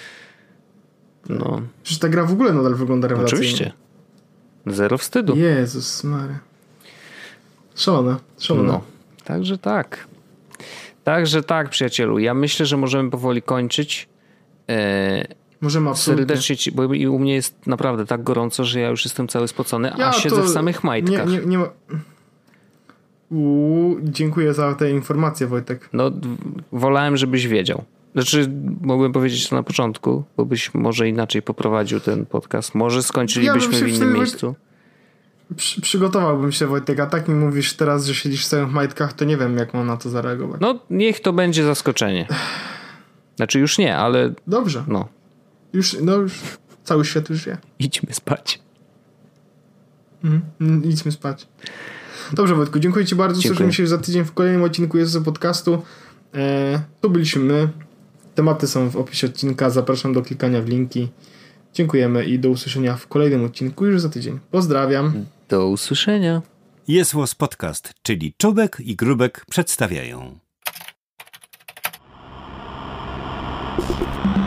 No. Przecież ta gra w ogóle nadal wygląda rewelacyjnie. Oczywiście. Zero wstydu. Jezus Mary. Szalone, szalone. No, także tak. Także tak, przyjacielu. Ja myślę, że możemy powoli kończyć. Eee, możemy absolutnie. Serdecznie ci, bo u mnie jest naprawdę tak gorąco, że ja już jestem cały spocony, ja a siedzę w samych majtkach. Nie, nie, nie ma... Uuu, dziękuję za tę informację, Wojtek. No, wolałem, żebyś wiedział. Znaczy, mogłem powiedzieć to na początku, bo byś może inaczej poprowadził ten podcast. Może skończylibyśmy ja w innym miejscu. Przy, przygotowałbym się, Wojtek, a tak mi mówisz teraz, że siedzisz w samych majtkach, to nie wiem, jak mam na to zareagować. No, niech to będzie zaskoczenie. Znaczy już nie, ale... Dobrze. No. Już, no już cały świat już wie. Idźmy spać. Mhm, idźmy spać. Dobrze, Wojtku, dziękuję ci bardzo. Słyszymy się za tydzień w kolejnym odcinku Jezusa Podcastu. E, tu byliśmy my. Tematy są w opisie odcinka. Zapraszam do klikania w linki. Dziękujemy i do usłyszenia w kolejnym odcinku już za tydzień. Pozdrawiam. Do usłyszenia. Jest Łos Podcast, czyli Czubek i Grubek przedstawiają.